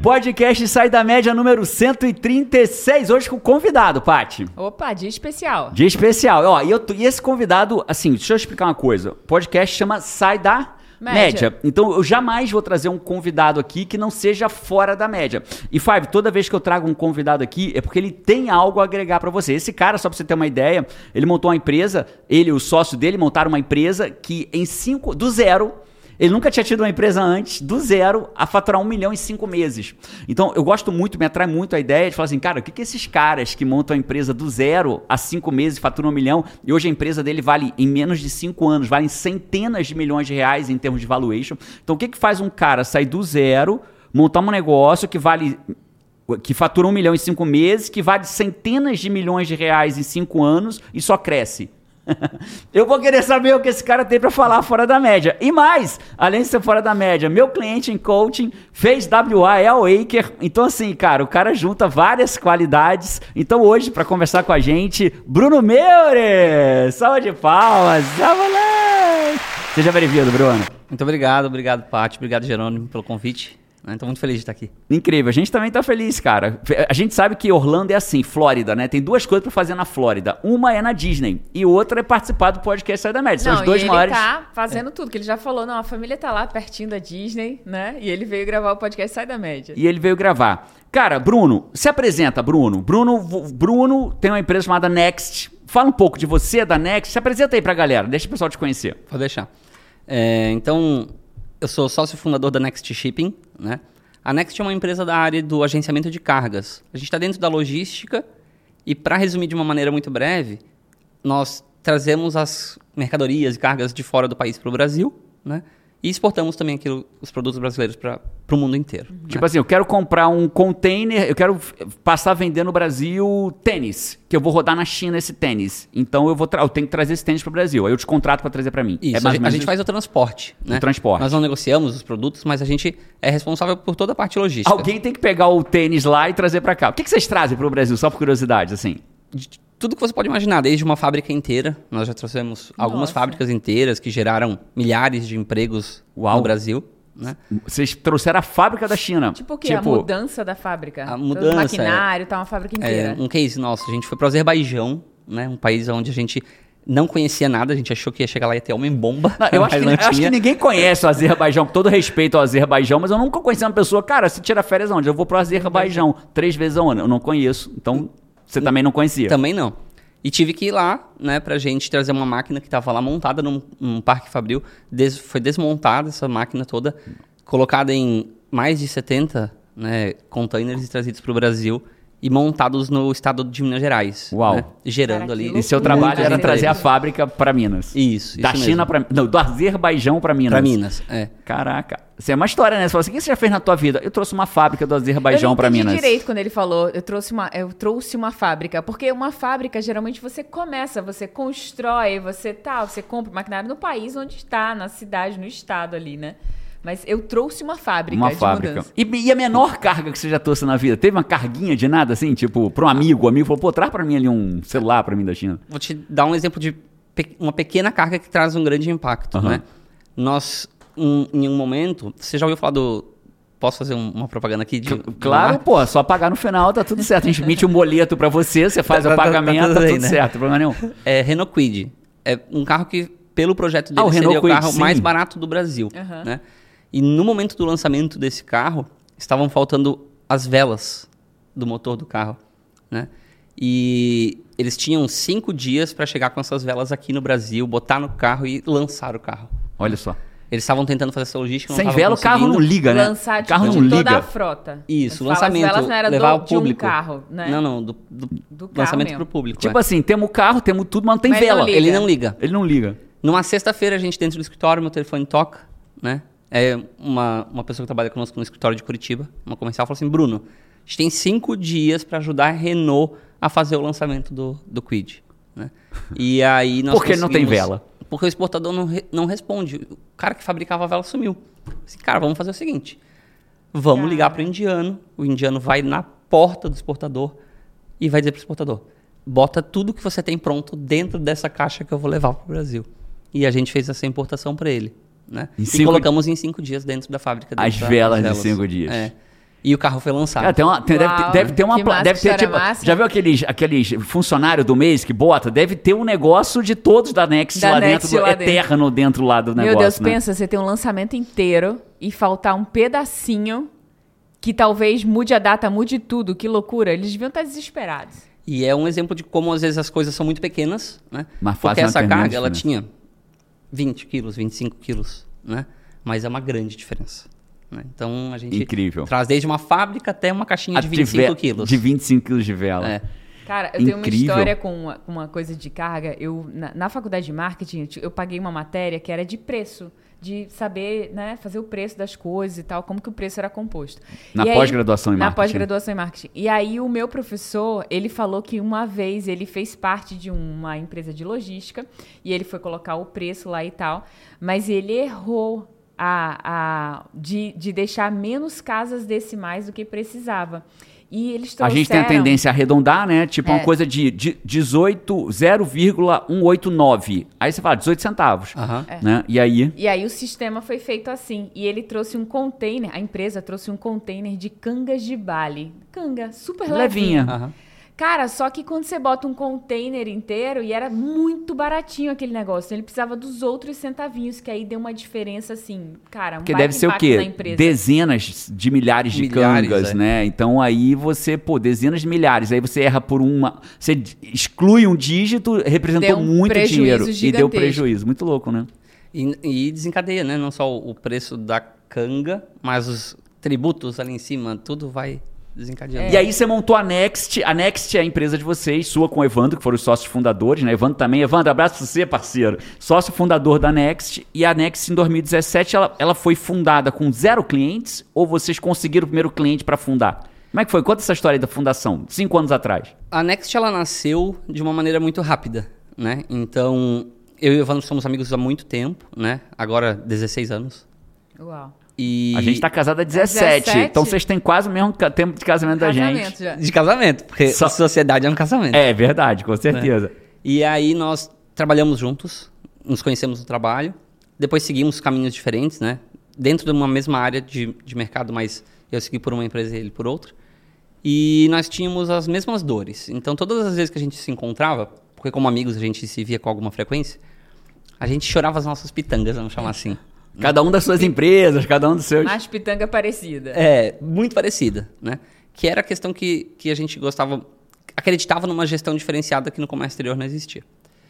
podcast Sai da Média número 136, hoje com convidado, Paty. Opa, dia especial. Dia especial. Ó, e esse convidado, assim, deixa eu explicar uma coisa. O podcast chama Sai da Média. Então, eu jamais vou trazer um convidado aqui que não seja fora da média. E, Fábio, toda vez que eu trago um convidado aqui, é porque ele tem algo a agregar pra você. Esse cara, só pra você ter uma ideia, ele montou uma empresa, ele e o sócio dele montaram uma empresa que do zero, ele nunca tinha tido uma empresa antes, do zero, a faturar 1 milhão em 5 meses. Então, eu gosto muito, me atrai muito a ideia de falar assim, cara, o que esses caras que montam a empresa do zero a 5 meses, faturam 1 milhão, e hoje a empresa dele vale, em menos de 5 anos, vale centenas de milhões de reais em termos de valuation. Então, o que faz um cara sair do zero, montar um negócio que fatura 1 milhão em 5 meses, que vale centenas de milhões de reais em 5 anos e só cresce? Eu vou querer saber o que esse cara tem pra falar fora da média. E mais, além de ser fora da média, meu cliente em coaching fez WA, é o Aker. Então assim, cara, o cara junta várias qualidades. Então hoje, pra conversar com a gente, Bruno Meure! Salva de palmas! Seja bem-vindo, Bruno. Muito obrigado, Paty, obrigado, Jerônimo, pelo convite. Estou muito feliz de estar aqui. Incrível, a gente também tá feliz, cara. A gente sabe que Orlando é assim, Flórida, né? Tem duas coisas pra fazer na Flórida. Uma é na Disney e outra é participar do podcast Sai da Média. São os dois maiores. Ele tá fazendo tudo, que ele já falou, não, a família tá lá pertinho da Disney, né? E ele veio gravar o podcast Sai da Média. E ele veio gravar. Cara, Bruno, se apresenta, Bruno. Bruno tem uma empresa chamada Next. Fala um pouco de você, da Next. Se apresenta aí pra galera, deixa o pessoal te conhecer. Pode deixar. Então, eu sou sócio fundador da Next Shipping, né? A Next é uma empresa da área do agenciamento de cargas. A gente está dentro da logística e, para resumir de uma maneira muito breve, nós trazemos as mercadorias e cargas de fora do país para o Brasil, né? E exportamos também os produtos brasileiros para o mundo inteiro. Tipo assim, eu quero comprar um container, eu quero passar a vender no Brasil tênis, que eu vou rodar na China esse tênis. Então eu tenho que trazer esse tênis para o Brasil. Aí eu te contrato para trazer para mim. Isso, a gente faz o transporte. Né? O transporte. Nós não negociamos os produtos, mas a gente é responsável por toda a parte logística. Alguém tem que pegar o tênis lá e trazer para cá. O que vocês trazem para o Brasil, só por curiosidade, assim? Tudo que você pode imaginar, desde uma fábrica inteira. Nós já trouxemos algumas fábricas inteiras que geraram milhares de empregos no Brasil. Né? Vocês trouxeram a fábrica da China. Tipo o quê? A mudança da fábrica? A mudança. O maquinário, tá uma fábrica inteira. Um case nosso. A gente foi para o Azerbaijão, né? Um país onde a gente não conhecia nada. A gente achou que ia chegar lá e ia ter homem-bomba. Eu acho que ninguém conhece o Azerbaijão, com todo respeito ao Azerbaijão, mas eu nunca conheci uma pessoa, cara, se tira férias onde? Eu vou pro Azerbaijão 3 vezes ao ano. Eu não conheço, então... Você também não conhecia? Também não. E tive que ir lá, né, pra gente trazer uma máquina que estava lá montada num parque fabril. Foi desmontada essa máquina toda, colocada em mais de 70 containers e trazidos para o Brasil e montados no estado de Minas Gerais. Uau. Né, gerando ali. E seu trabalho era trazer a fábrica para Minas. Isso da China para... Não, do Azerbaijão para Minas. Para Minas, é. Caraca. Isso é uma história, né? Você fala assim, o que você já fez na tua vida? Eu trouxe uma fábrica do Azerbaijão para Minas. Eu entendi direito quando ele falou, eu trouxe uma fábrica. Porque uma fábrica, geralmente, você começa, você constrói, você compra o maquinário no país onde está, na cidade, no estado ali, né? Mas eu trouxe uma fábrica de mudança. E a menor carga que você já trouxe na vida? Teve uma carguinha de nada, assim? Tipo, para um amigo, o amigo falou, pô, traz para mim ali um celular para mim da China. Vou te dar um exemplo de uma pequena carga que traz um grande impacto, né? Nós, em um momento, você já ouviu falar do... Posso fazer uma propaganda aqui? Claro, pô, só pagar no final, tá tudo certo. A gente emite um boleto para você faz o pagamento, tá tudo certo, problema nenhum. É Renault Kwid. É um carro que, pelo projeto dele, seria o carro mais barato do Brasil, né? E no momento do lançamento desse carro, estavam faltando as velas do motor do carro, né? E eles tinham 5 dias para chegar com essas velas aqui no Brasil, botar no carro e lançar o carro. Olha só. Eles estavam tentando fazer essa logística, sem vela o carro não liga, né? Lançar o carro não toda liga. a frota. Isso, o lançamento, as velas não era levar ao público. De um carro, né? Não, do lançamento para o público. Tipo assim, temos o carro, temos tudo, mas não tem vela. Ele não liga. Ele não liga. Numa sexta-feira, a gente dentro do escritório, meu telefone toca, né? É uma pessoa que trabalha conosco no escritório de Curitiba, uma comercial, falou assim, Bruno, a gente tem 5 dias para ajudar a Renault a fazer o lançamento do Kwid, né? E aí nós Por que não tem vela? Porque o exportador não responde. O cara que fabricava a vela sumiu. Assim, cara, vamos fazer o seguinte, vamos ligar para o indiano vai na porta do exportador e vai dizer para o exportador, bota tudo que você tem pronto dentro dessa caixa que eu vou levar para o Brasil. E a gente fez essa importação para ele. Né? E colocamos em 5 dias dentro da fábrica dele. As velas de 5 dias. É. E o carro foi lançado. Deve ter uma... Deve ter, tipo, já viu aqueles funcionários do mês que bota? Deve ter um negócio de todos da Next lá dentro, eterno dentro lá do negócio. Meu Deus, né? pensa, você tem um lançamento inteiro e faltar um pedacinho que talvez mude a data, mude tudo. Que loucura. Eles deviam estar desesperados. E é um exemplo de como às vezes as coisas são muito pequenas, né? Mas porque essa carga, ela tinha 20 quilos, 25 quilos, né? Mas é uma grande diferença. Né? Então, a gente traz desde uma fábrica até uma caixinha de 25 quilos. De 25 quilos de vela. É. Cara, eu tenho uma história com uma coisa de carga. Na faculdade de marketing, eu paguei uma matéria que era de preço. De saber, né, fazer o preço das coisas e tal, como que o preço era composto. Na pós-graduação em marketing. Na pós-graduação em marketing. E aí o meu professor, ele falou que uma vez ele fez parte de uma empresa de logística e ele foi colocar o preço lá e tal, mas ele errou de deixar menos casas decimais do que precisava. E eles trouxeram... A gente tem a tendência a arredondar, né? Tipo, uma coisa de 0,189. Aí você fala 18 centavos. Né? E aí o sistema foi feito assim. E ele trouxe um container, a empresa trouxe um container de cangas de Bali. Canga, super levinha. Cara, só que quando você bota um container inteiro, e era muito baratinho aquele negócio, ele precisava dos outros centavinhos, que aí deu uma diferença assim, cara, porque deve ser o quê? Dezenas de milhares de cangas, né? Então aí você, dezenas de milhares, aí você erra por uma, você exclui um dígito, representou muito dinheiro gigantesco. E deu prejuízo. Muito louco, né? E desencadeia, né? Não só o preço da canga, mas os tributos ali em cima, tudo vai... desencadeando. E aí você montou a Next. A Next é a empresa de vocês, sua com o Evandro, que foram os sócios fundadores, né? Evandro também. Evandro, abraço pra você, parceiro. Sócio fundador da Next. E a Next, em 2017, ela foi fundada com 0 clientes? Ou vocês conseguiram o primeiro cliente para fundar? Como é que foi? Conta essa história aí da fundação, 5 anos atrás. A Next, ela nasceu de uma maneira muito rápida, né? Então, eu e o Evandro somos amigos há muito tempo, né? Agora, 16 anos. Uau. E... A gente tá casado há 17, então vocês têm quase o mesmo tempo de casamento da gente. Já. De casamento, porque a sociedade é um casamento. É verdade, com certeza. Né? E aí nós trabalhamos juntos, nos conhecemos no trabalho, depois seguimos caminhos diferentes, né? Dentro de uma mesma área de mercado, mas eu segui por uma empresa e ele por outra. E nós tínhamos as mesmas dores. Então todas as vezes que a gente se encontrava, porque como amigos a gente se via com alguma frequência, a gente chorava as nossas pitangas, vamos chamar assim. Cada um das suas empresas, cada um dos seus... Mas pitanga parecida. É, muito parecida, né? Que era a questão que a gente gostava... Acreditava numa gestão diferenciada que no comércio exterior não existia.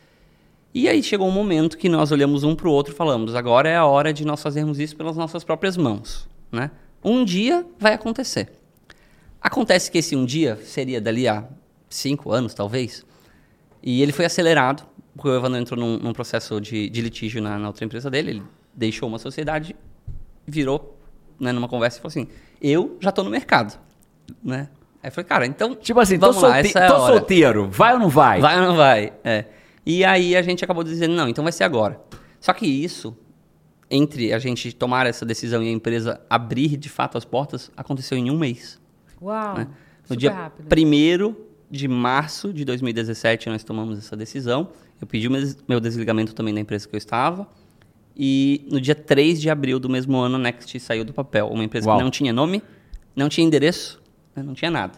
E aí chegou um momento que nós olhamos um para o outro e falamos, agora é a hora de nós fazermos isso pelas nossas próprias mãos, né? Um dia vai acontecer. Acontece que esse um dia seria dali a 5 anos, talvez. E ele foi acelerado, porque o Evandro entrou num processo de litígio na outra empresa dele, ele deixou uma sociedade, virou, né, numa conversa e falou assim, eu já tô no mercado, né? Aí eu falei, cara, então tipo assim, vamos lá, essa é a hora. Solteiro, vai ou não vai? Vai ou não vai, E aí a gente acabou dizendo, não, então vai ser agora. Só que isso, entre a gente tomar essa decisão e a empresa abrir de fato as portas, aconteceu em 1 mês. Uau, né? No super dia rápido. 1º de março de 2017 nós tomamos essa decisão, eu pedi o meu desligamento também da empresa que eu estava, e no dia 3 de abril do mesmo ano, a Next saiu do papel. Uma empresa que não tinha nome, não tinha endereço, não tinha nada.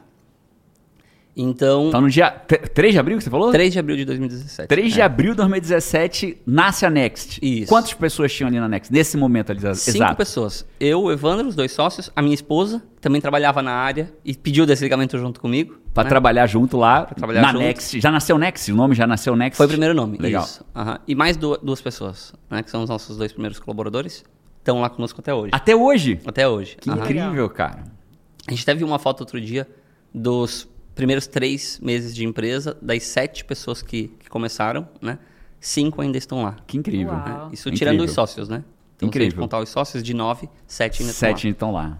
Então no dia 3 de abril que você falou? 3 de abril de 2017. 3 de abril de 2017 nasce a Next. Isso. Quantas pessoas tinham ali na Next? Nesse momento ali, 5 pessoas. Eu, o Evandro, os 2 sócios, a minha esposa, também trabalhava na área e pediu o desligamento junto comigo. Pra trabalhar junto lá, trabalhar na junto. Next. Já nasceu Next? O nome já nasceu Next? Foi o primeiro nome. Legal. Isso. E mais 2 pessoas, né, que são os nossos 2 primeiros colaboradores, estão lá conosco até hoje. Até hoje? Até hoje. Que incrível, cara. A gente até viu uma foto outro dia dos primeiros 3 meses de empresa, das 7 pessoas que começaram, né? 5 ainda estão lá. Que incrível. Uau. Isso tirando os sócios, né? Então, incrível. se a gente contar os sócios, de 9, 7 ainda estão lá. 7 estão lá.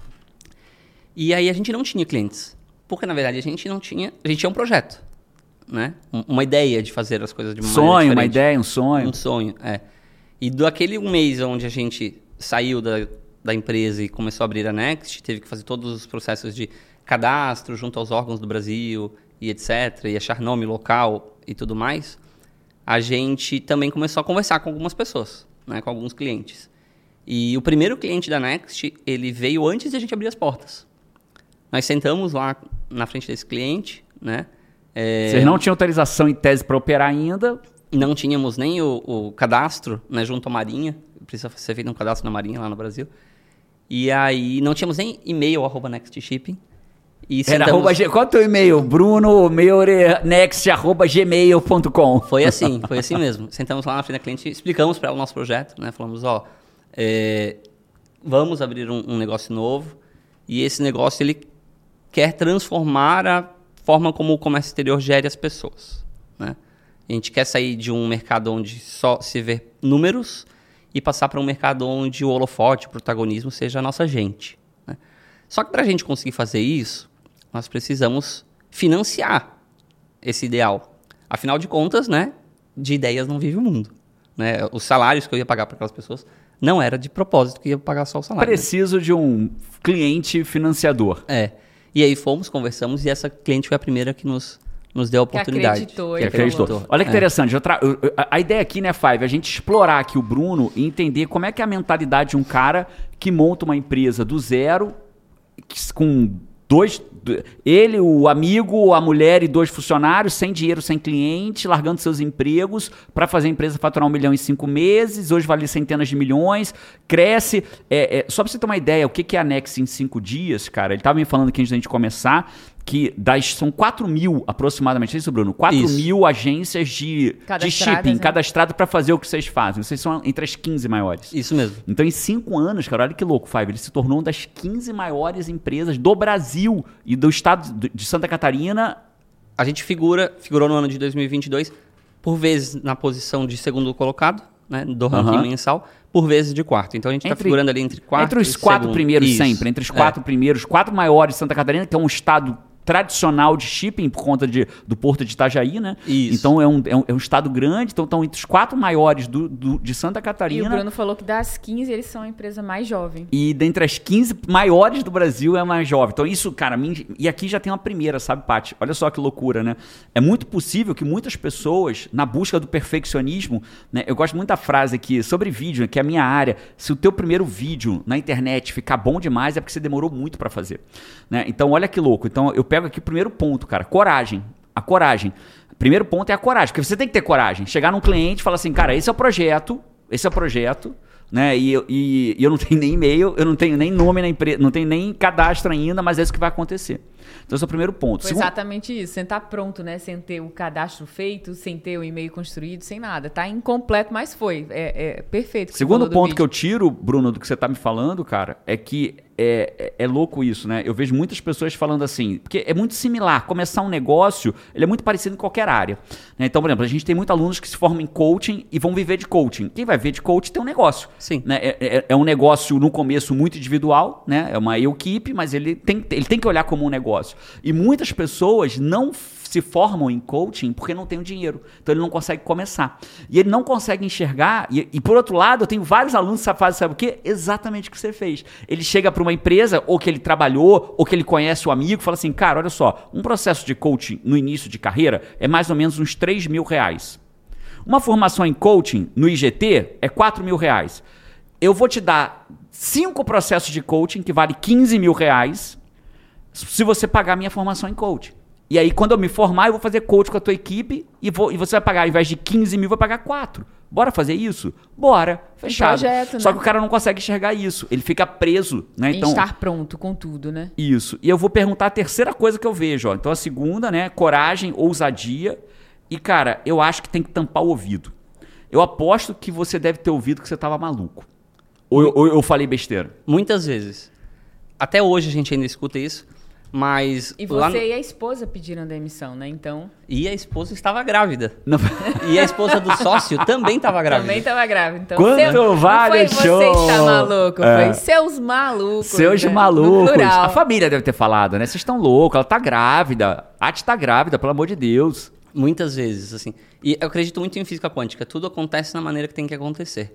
E aí a gente não tinha clientes. Porque, na verdade, a gente tinha um projeto, né? Uma ideia de fazer as coisas de uma maneira diferente. Uma ideia, um sonho. Um sonho, E daquele 1 mês onde a gente saiu da empresa e começou a abrir a Next, teve que fazer todos os processos de cadastro junto aos órgãos do Brasil e etc, e achar nome local e tudo mais, a gente também começou a conversar com algumas pessoas, né, com alguns clientes. E o primeiro cliente da Next, ele veio antes de a gente abrir as portas. Nós sentamos lá na frente desse cliente, né? Vocês não tinham autorização em tese para operar ainda? Não tínhamos nem o cadastro, né, junto à Marinha. Precisa ser feito um cadastro na Marinha lá no Brasil. E aí não tínhamos nem e-mail @NextShipping. E sentamos... Qual é o teu e-mail? brunomeorenext@gmail.com. Foi assim mesmo. Sentamos lá na frente da cliente, explicamos para ela o nosso projeto, né? Falamos, vamos abrir um negócio novo e esse negócio ele quer transformar a forma como o comércio exterior gere as pessoas, né? A gente quer sair de um mercado onde só se vê números e passar para um mercado onde o holofote, o protagonismo seja a nossa gente, né? Só que para a gente conseguir fazer isso, nós precisamos financiar esse ideal. Afinal de contas, né, de ideias não vive o mundo, né? Os salários que eu ia pagar para aquelas pessoas não era de propósito que ia pagar só o salário. Preciso de um cliente financiador. E aí conversamos e essa cliente foi a primeira que nos deu a oportunidade. Que acreditou. Olha que interessante. A ideia aqui, né, Five, é a gente explorar aqui o Bruno e entender como é que é a mentalidade de um cara que monta uma empresa do zero, com ele, o amigo, a mulher e 2 funcionários, sem dinheiro, sem cliente, largando seus empregos para fazer a empresa faturar 1 milhão em 5 meses, hoje vale centenas de milhões, cresce. Só para você ter uma ideia, o que é a Next em 5 dias, cara, ele estava me falando aqui antes da gente começar, que são 4 mil aproximadamente, é isso, Bruno? 4 mil agências de shipping cadastradas para fazer o que vocês fazem. Vocês são entre as 15 maiores. Isso mesmo. Então, em 5 anos, cara, olha que louco, Five, ele se tornou uma das 15 maiores empresas do Brasil e do estado de Santa Catarina. A gente figurou no ano de 2022, por vezes na posição de segundo colocado, né, do ranking mensal, por vezes de quarto. Então a gente está figurando ali entre quarto e segundo. Entre os 4 primeiros sempre, entre os 4 primeiros, 4 maiores de Santa Catarina, que é um estado tradicional de shipping por conta do Porto de Itajaí, né? Isso. Então é um estado grande, então estão entre os 4 maiores de Santa Catarina. E o Bruno falou que das 15 eles são a empresa mais jovem. E dentre as 15 maiores do Brasil é a mais jovem. Então isso, cara, e aqui já tem uma primeira, sabe, Paty? Olha só que loucura, né? É muito possível que muitas pessoas, na busca do perfeccionismo, né? Eu gosto muito da frase aqui sobre vídeo, que é a minha área. Se o teu primeiro vídeo na internet ficar bom demais, é porque você demorou muito para fazer, né? Então olha que louco. Então eu pego aqui o primeiro ponto, cara, coragem. A coragem. O primeiro ponto é a coragem, porque você tem que ter coragem. Chegar num cliente e falar assim, cara, esse é o projeto, né? E eu não tenho nem e-mail, eu não tenho nem nome na empresa, não tenho nem cadastro ainda, mas é isso que vai acontecer. Então esse é o primeiro ponto. Foi exatamente isso, sem estar pronto, né? Sem ter o cadastro feito, sem ter o e-mail construído, sem nada. Tá incompleto, mas foi. É perfeito. Segundo ponto que eu tiro, Bruno, do que você tá me falando, cara, é que é louco isso, né? Eu vejo muitas pessoas falando assim, porque é muito similar. Começar um negócio, ele é muito parecido em qualquer área, né? Então, por exemplo, a gente tem muitos alunos que se formam em coaching e vão viver de coaching. Quem vai viver de coaching tem um negócio. Sim. Né? É um negócio, no começo, muito individual, né? É uma equipe, mas ele tem que olhar como um negócio. E muitas pessoas não se formam em coaching porque não tem o dinheiro. Então ele não consegue começar. E ele não consegue enxergar. E por outro lado, eu tenho vários alunos que fazem, sabe o quê? Exatamente o que você fez. Ele chega para uma empresa, ou que ele trabalhou, ou que ele conhece o amigo, fala assim, cara, olha só, um processo de coaching no início de carreira é mais ou menos uns R$3.000. Uma formação em coaching no IGT é R$4.000. Eu vou te dar 5 processos de coaching que vale R$15.000 se você pagar a minha formação em coaching. E aí, quando eu me formar, eu vou fazer coach com a tua equipe e você vai pagar, ao invés de 15 mil, vai pagar 4. Bora fazer isso? Bora. Fechado. Projeto, Só né? que o cara não consegue enxergar isso. Ele fica preso, né? Então, estar pronto com tudo, né? Isso. E eu vou perguntar a terceira coisa que eu vejo, ó. Então, a segunda, né? Coragem, ousadia. E, cara, eu acho que tem que tampar o ouvido. Eu aposto que você deve ter ouvido que você estava maluco. Ou eu falei besteira? Muitas vezes. Até hoje a gente ainda escuta isso. Mas e você e a esposa pediram demissão, né? Então. E a esposa estava grávida. Não. E a esposa do sócio também estava grávida. Também estava grávida. Então, quanto vale o show? Não foi você está maluco, foi seus malucos. Seus né? malucos. A família deve ter falado, né? Vocês estão loucos, ela tá grávida. A Ati tá grávida, pelo amor de Deus. Muitas vezes, assim. E eu acredito muito em física quântica. Tudo acontece na maneira que tem que acontecer.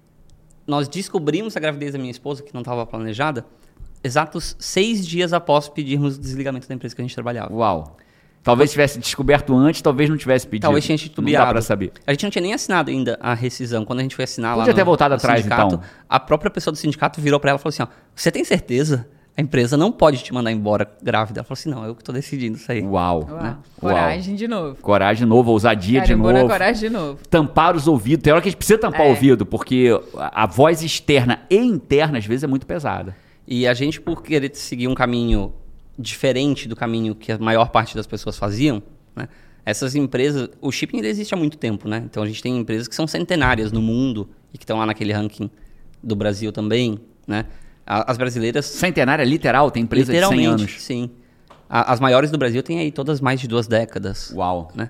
Nós descobrimos a gravidez da minha esposa, que não estava planejada, exatos 6 dias após pedirmos o desligamento da empresa que a gente trabalhava. Uau. Talvez tivesse descoberto antes, talvez não tivesse pedido. Talvez tinha titubeado. Não dá pra saber. A gente não tinha nem assinado ainda a rescisão. Quando a gente foi assinar lá Podia ter voltado atrás, sindicato, então. a própria pessoa do sindicato virou pra ela e falou assim, ó, você tem certeza? A empresa não pode te mandar embora grávida. Ela falou assim, não, eu que tô decidindo isso aí. Uau. Né? Coragem de novo. Coragem de novo, ousadia de novo. Coragem de novo. Tampar os ouvidos. Tem hora que a gente precisa tampar o ouvido, porque a voz externa e interna, às vezes, é muito pesada. E a gente, por querer seguir um caminho diferente do caminho que a maior parte das pessoas faziam, né? Essas empresas... O shipping ainda existe há muito tempo, né? Então, a gente tem empresas que são centenárias no mundo e que estão lá naquele ranking do Brasil também, né? As brasileiras... Centenária literal? Tem empresa de 100 anos? Sim. As maiores do Brasil têm aí todas mais de 2 décadas. Uau. Né?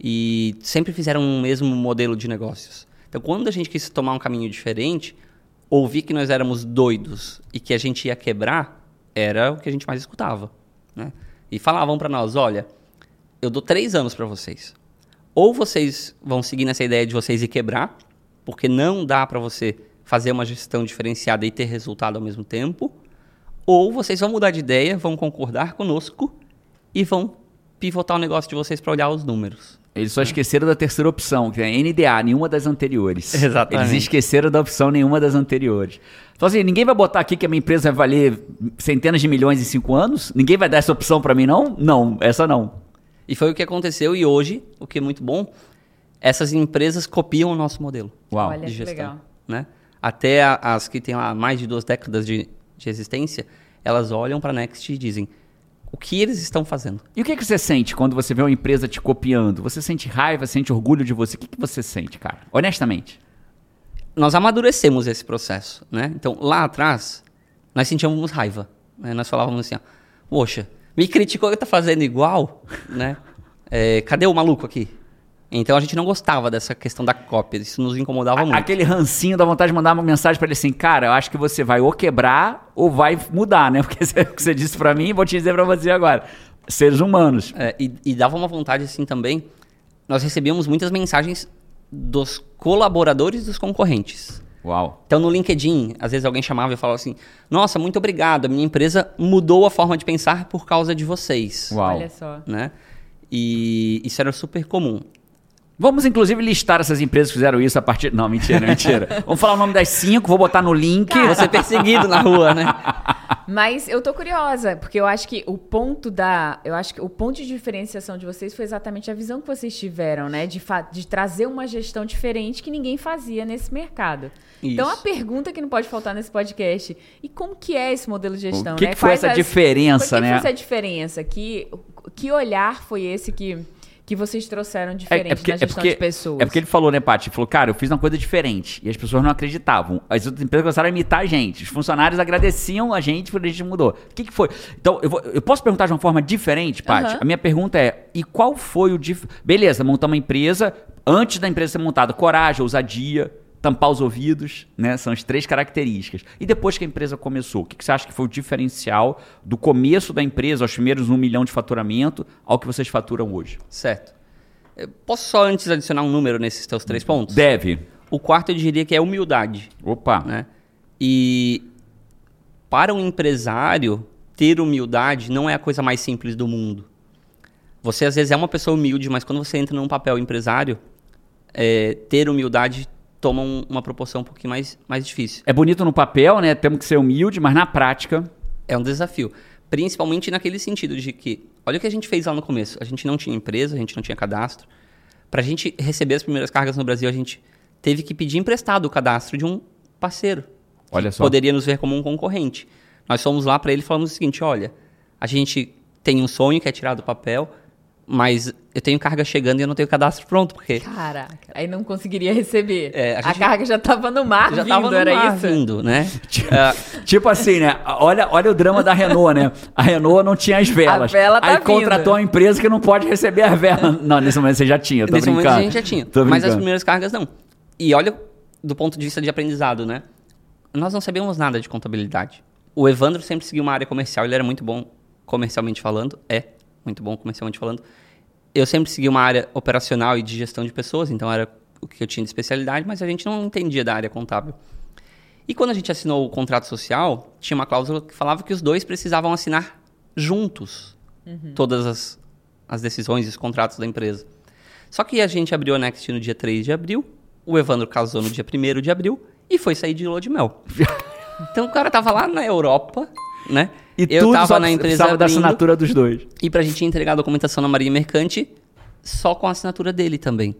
E sempre fizeram o mesmo modelo de negócios. Então, quando a gente quis tomar um caminho diferente, ouvir que nós éramos doidos e que a gente ia quebrar, era o que a gente mais escutava. Né? E falavam para nós, olha, eu dou 3 anos para vocês. Ou vocês vão seguir nessa ideia de vocês ir quebrar, porque não dá para você fazer uma gestão diferenciada e ter resultado ao mesmo tempo, ou vocês vão mudar de ideia, vão concordar conosco e vão pivotar o negócio de vocês para olhar os números. Eles só esqueceram da terceira opção, que é NDA, nenhuma das anteriores. Exatamente. Eles esqueceram da opção nenhuma das anteriores. Então assim, ninguém vai botar aqui que a minha empresa vai valer centenas de milhões em 5 anos? Ninguém vai dar essa opção para mim, não? Não, essa não. E foi o que aconteceu e hoje, o que é muito bom, essas empresas copiam o nosso modelo. Uau. Olha de que gestão. legal. Né? Até as que têm lá mais de 2 décadas de existência, elas olham para a Next e dizem o que eles estão fazendo. E o que você sente quando você vê uma empresa te copiando? Você sente raiva, sente orgulho de você? O que você sente, cara? Honestamente. Nós amadurecemos esse processo, né? Então, lá atrás, nós sentíamos raiva. Né? Nós falávamos assim, ó, poxa, me criticou que tá fazendo igual, né? Cadê o maluco aqui? Então a gente não gostava dessa questão da cópia, isso nos incomodava muito. Aquele rancinho da vontade de mandar uma mensagem pra ele assim, cara, eu acho que você vai ou quebrar ou vai mudar, né? Porque o que você disse pra mim, vou te dizer pra você agora. Seres humanos. E dava uma vontade assim também, nós recebíamos muitas mensagens dos colaboradores dos concorrentes. Uau. Então no LinkedIn, às vezes alguém chamava e falava assim, nossa, muito obrigado, a minha empresa mudou a forma de pensar por causa de vocês. Uau. Olha só. Né? E isso era super comum. Vamos, inclusive, listar essas empresas que fizeram isso a partir... Não, mentira. Vamos falar o nome das 5, vou botar no link. Vou ser perseguido na rua, né? Mas eu tô curiosa, porque eu acho que o ponto de diferenciação de vocês foi exatamente a visão que vocês tiveram, né? De trazer uma gestão diferente que ninguém fazia nesse mercado. Isso. Então, a pergunta que não pode faltar nesse podcast, e como que é esse modelo de gestão, né? Que foi essa diferença, né? O que foi essa diferença? Que olhar foi esse que vocês trouxeram diferente na gestão de pessoas? É porque ele falou, né, Paty? Ele falou, cara, eu fiz uma coisa diferente. E as pessoas não acreditavam. As outras empresas começaram a imitar a gente. Os funcionários agradeciam a gente por a gente mudou. O que foi? Então, eu posso perguntar de uma forma diferente, Paty? Uhum. A minha pergunta é, e qual foi o... Beleza, montar uma empresa, antes da empresa ser montada, coragem, ousadia, tampar os ouvidos, né? São as 3 características. E depois que a empresa começou, o que você acha que foi o diferencial do começo da empresa, aos primeiros 1 milhão de faturamento, ao que vocês faturam hoje? Certo. Posso só antes adicionar um número nesses teus 3 pontos? Deve. O quarto eu diria que é humildade. Opa. Né? E para um empresário, ter humildade não é a coisa mais simples do mundo. Você às vezes é uma pessoa humilde, mas quando você entra num papel empresário, ter humildade toma uma proporção um pouquinho mais difícil. É bonito no papel, né? Temos que ser humilde, mas na prática... É um desafio. Principalmente naquele sentido de que, olha o que a gente fez lá no começo. A gente não tinha empresa, a gente não tinha cadastro. Para a gente receber as primeiras cargas no Brasil, a gente teve que pedir emprestado o cadastro de um parceiro. Olha só. Poderia nos ver como um concorrente. Nós fomos lá para ele e falamos o seguinte, olha, a gente tem um sonho que é tirar do papel, mas eu tenho carga chegando e eu não tenho cadastro pronto, porque... Caraca, aí não conseguiria receber. A carga já estava no mar já vindo, tava no era mar isso? Vindo, né? Tipo assim, né? Olha o drama da Renault, né? A Renault não tinha as velas. A vela tá aí contratou uma empresa que não pode receber as velas. Não, nesse momento você já tinha, tô nesse brincando. momento a gente já tinha, mas as primeiras cargas não. E olha, do ponto de vista de aprendizado, né? Nós não sabíamos nada de contabilidade. O Evandro sempre seguiu uma área comercial, ele era muito bom comercialmente falando, muito bom comercialmente falando. Eu sempre segui uma área operacional e de gestão de pessoas, então era o que eu tinha de especialidade, mas a gente não entendia da área contábil. E quando a gente assinou o contrato social, tinha uma cláusula que falava que os 2 precisavam assinar juntos todas as decisões e os contratos da empresa. Só que a gente abriu a Next no dia 3 de abril, o Evandro casou no dia 1º de abril e foi sair de lua de mel. Então o cara tava lá na Europa, né? E eu tudo tava só na empresa precisava da abrindo, assinatura dos dois. E pra gente entregar a documentação na Marinha Mercante, só com a assinatura dele também.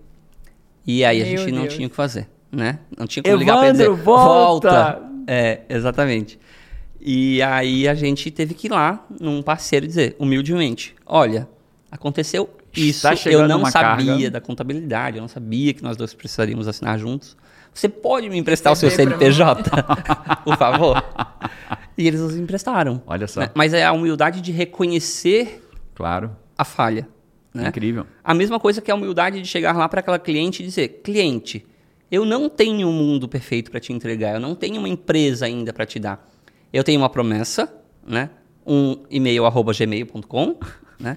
E aí a Meu gente não Deus. tinha o que fazer, né? Não tinha como ligar pra ele Evandro, dizer, volta! É, exatamente. E aí a gente teve que ir lá num parceiro e dizer, humildemente, olha, aconteceu isso, Está chegando eu não uma sabia carga. da contabilidade, eu não sabia que nós dois precisaríamos assinar juntos. Você pode me emprestar o seu Receber pra CNPJ, por favor? E eles nos emprestaram. Olha só. Né? Mas é a humildade de reconhecer Claro. a falha. Né? Incrível. A mesma coisa que a humildade de chegar lá para aquela cliente e dizer, cliente, eu não tenho um mundo perfeito para te entregar, eu não tenho uma empresa ainda para te dar. Eu tenho uma promessa, né? Um e-mail @gmail.com, né?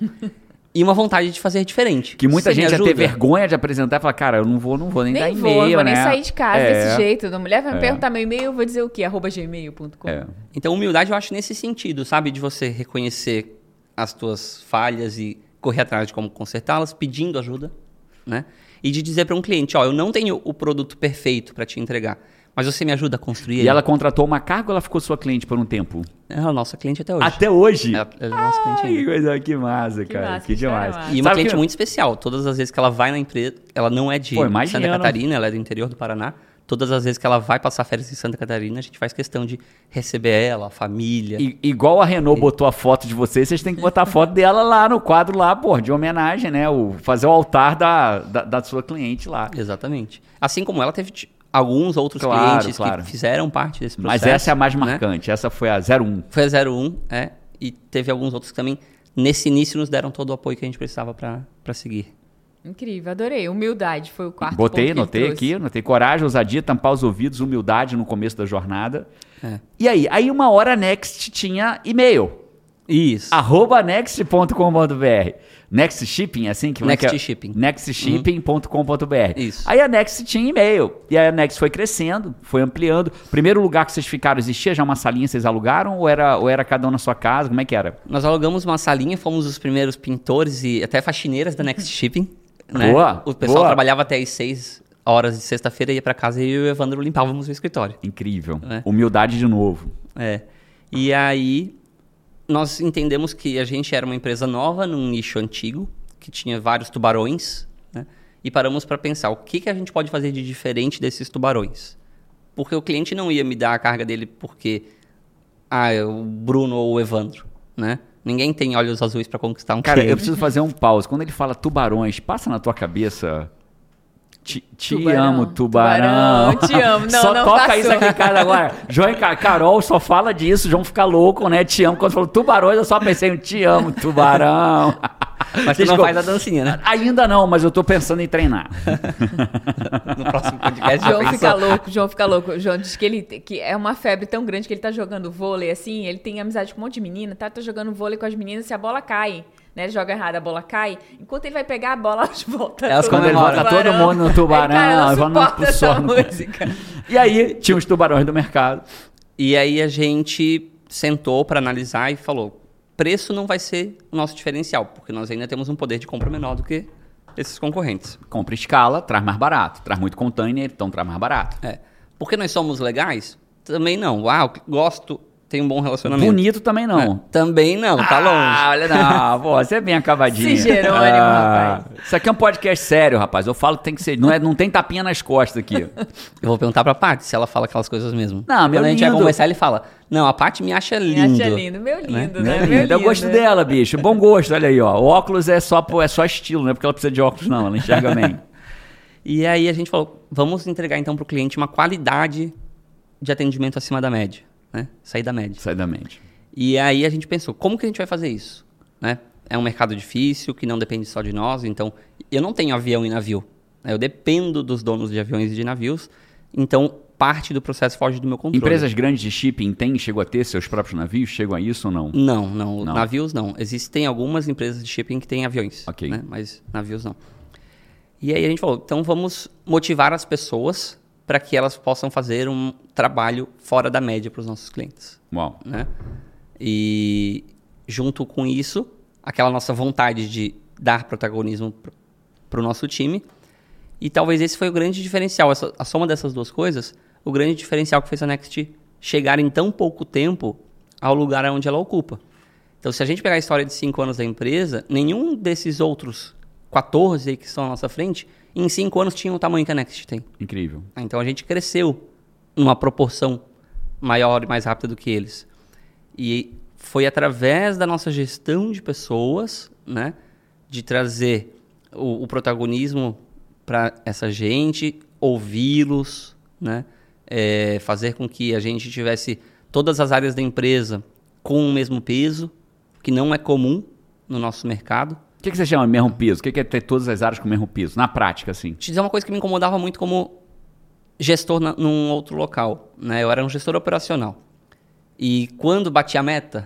E uma vontade de fazer diferente. Que muita Você me gente ia ter ajuda? vergonha de apresentar e falar, cara, eu não vou nem dar Nem e-mail, vou, não vou né? nem sair de casa desse jeito. A mulher vai me É. perguntar meu e-mail, eu vou dizer o quê? @gmail.com. É. Então, humildade eu acho nesse sentido, sabe? De você reconhecer as tuas falhas e correr atrás de como consertá-las, pedindo ajuda, né? E de dizer para um cliente, ó, eu não tenho o produto perfeito para te entregar, mas você me ajuda a construir E ele? ela contratou uma carga ou ela ficou sua cliente por um tempo? É a nossa cliente até hoje. Até hoje? Ela é nossa cliente Ai, ainda. que coisa, que massa, Que cara. massa, que que história demais. massa. E uma Sabe cliente que- muito especial. Todas as vezes que ela vai na empresa, ela não é de Pô, imagina, Santa né? Catarina, ela é do interior do Paraná. Todas as vezes que ela vai passar férias em Santa Catarina, a gente faz questão de receber ela, a família. Igual a Renault botou a foto de vocês têm que botar a foto dela lá no quadro lá, pô, de homenagem, né? Fazer o altar da sua cliente lá. Exatamente. Assim como ela teve alguns outros Claro, clientes claro. que fizeram parte desse Mas processo. essa é a mais né? marcante, essa foi a 01. Foi a 01, e teve alguns outros que também, nesse início, nos deram todo o apoio que a gente precisava para seguir. Incrível, adorei. Humildade foi o quarto Botei, ponto que ele anotei trouxe. aqui, anotei coragem, ousadia, tampar os ouvidos, humildade no começo da jornada. É. E aí uma hora a Next tinha e-mail, Isso. @next.com.br. Next Shipping, assim que Next que é? Shipping. Nextshipping.com.br. Isso. Aí a Next tinha e-mail. E aí a Next foi crescendo, foi ampliando. Primeiro lugar que vocês ficaram, existia já uma salinha que vocês alugaram? Ou era cada um na sua casa? Como é que era? Nós alugamos uma salinha, fomos os primeiros pintores e até faxineiras da Next Shipping. Né? Boa, O pessoal boa. trabalhava até às 6 horas de sexta-feira, ia para casa e eu e o Evandro limpávamos o escritório. Incrível. É. Humildade de novo. É. E aí nós entendemos que a gente era uma empresa nova num nicho antigo, que tinha vários tubarões, né? E paramos para pensar o que a gente pode fazer de diferente desses tubarões. Porque o cliente não ia me dar a carga dele porque é o Bruno ou o Evandro, né? Ninguém tem olhos azuis para conquistar um Cara, cliente. eu preciso fazer um pause. Quando ele fala tubarões, passa na tua cabeça... Te Tubarão, amo, tubarão. tubarão, te amo. Não, só não toca passou. isso aqui em casa agora. João e Carol só fala disso. João fica louco, né? Te amo. Quando falou tubarões, eu só pensei em te amo, tubarão. Mas você não faz a dancinha, né? Ainda não, mas eu tô pensando em treinar. No próximo podcast já João pensou? fica louco, João fica louco. João diz que é uma febre tão grande que ele tá jogando vôlei, assim, ele tem amizade com um monte de menina, tá jogando vôlei com as meninas, se a bola cai, né, ele joga errado, a bola cai, enquanto ele vai pegar a bola, elas voltam. Elas Quando ele comemoram. bota todo mundo no tubarão, Aí, cara, eu não vamos suporto pro essa sono. música. E aí, tinha os tubarões do mercado. E aí a gente sentou para analisar e falou, preço não vai ser o nosso diferencial, porque nós ainda temos um poder de compra menor do que esses concorrentes. Compra escala, traz mais barato. Traz muito container, então traz mais barato. É. Porque nós somos legais? Também não. Ah, eu gosto, tenho um bom relacionamento. Bonito também não. É, também não, tá longe. Ah, olha, não, pô, você é bem acabadinho. Esse Jerônimo, rapaz. Isso aqui é um podcast sério, rapaz. Eu falo que tem que ser. Não tem tapinha nas costas aqui. Eu vou perguntar pra Paty se ela fala aquelas coisas mesmo. Não, meu Quando a gente vai lindo. conversar, ele fala, não, a Paty me acha Me lindo. acha lindo, meu lindo, né? Né, Meu linda? Eu lindo. gosto dela, bicho. Bom gosto, olha aí, ó. O óculos é só estilo, não é porque ela precisa de óculos, não. Ela enxerga bem. E aí a gente falou, vamos entregar então pro cliente uma qualidade de atendimento acima da média, né? Sair da média. Sai da mente. E aí a gente pensou, como que a gente vai fazer isso? Né? É um mercado difícil, que não depende só de nós, então eu não tenho avião e navio. Né? Eu dependo dos donos de aviões e de navios, então parte do processo foge do meu controle. Empresas grandes de shipping chegou a ter seus próprios navios? Chegam a isso ou não? Não, Não. navios não. Existem algumas empresas de shipping que têm aviões, Ok. né? Mas navios não. E aí a gente falou, então vamos motivar as pessoas para que elas possam fazer um trabalho fora da média para os nossos clientes. Uau. Né? E junto com isso, aquela nossa vontade de dar protagonismo para o nosso time. E talvez esse foi o grande diferencial, a soma dessas duas coisas, o grande diferencial que fez a Next chegar em tão pouco tempo ao lugar onde ela ocupa. Então, se a gente pegar a história de 5 anos da empresa, nenhum desses outros 14 aí que estão à nossa frente, em 5 anos tinha o tamanho que a Next tem. Incrível. Então, a gente cresceu numa proporção maior e mais rápida do que eles. E foi através da nossa gestão de pessoas, né, de trazer o protagonismo para essa gente, ouvi-los, né, fazer com que a gente tivesse todas as áreas da empresa com o mesmo peso, que não é comum no nosso mercado. O que você chama de mesmo peso? O que é ter todas as áreas com o mesmo peso? Na prática, assim. Te dizer uma coisa que me incomodava muito como gestor num outro local, né? Eu era um gestor operacional. E quando batia a meta,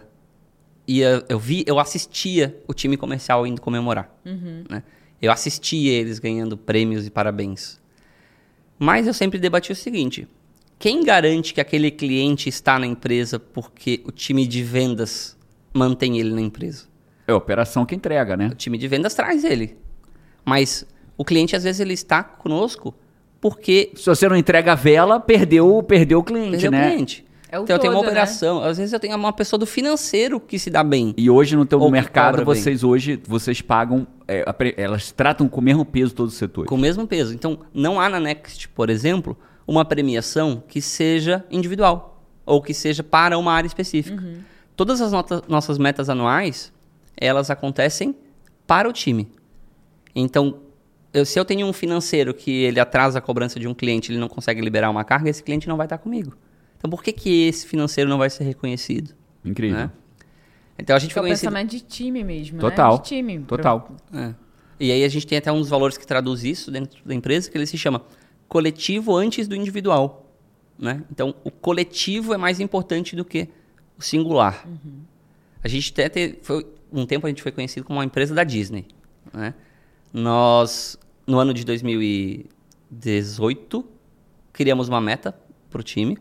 eu assistia o time comercial indo comemorar. Né? Eu assistia eles ganhando prêmios e parabéns. Mas eu sempre debati o seguinte: quem garante que aquele cliente está na empresa porque o time de vendas mantém ele na empresa? É a operação que entrega, né? O time de vendas traz ele. Mas o cliente, às vezes, ele está conosco porque... Se você não entrega a vela, perdeu o cliente, perdeu né? o cliente. É o então eu tenho uma todo, operação. Às vezes eu tenho uma pessoa do financeiro que se dá bem. E hoje no teu Ou que mercado, cobra bem. vocês pagam... elas tratam com o mesmo peso todos os setores. Com o mesmo peso. Então, não há na Next, por exemplo, uma premiação que seja individual. Ou que seja para uma área específica. Todas as nossas metas anuais, elas acontecem para o time. Então, se eu tenho um financeiro que ele atrasa a cobrança de um cliente, ele não consegue liberar uma carga, esse cliente não vai estar comigo. Então, por que esse financeiro não vai ser reconhecido? Incrível. Né? Então, a gente foi o conhecido... pensamento de time mesmo, Total. né? De time. Total. E aí a gente tem até uns valores que traduz isso dentro da empresa, que ele se chama coletivo antes do individual. Né? Então, o coletivo é mais importante do que o singular. A gente até um tempo a gente foi conhecido como uma empresa da Disney. Né? Nós, no ano de 2018, criamos uma meta para o time.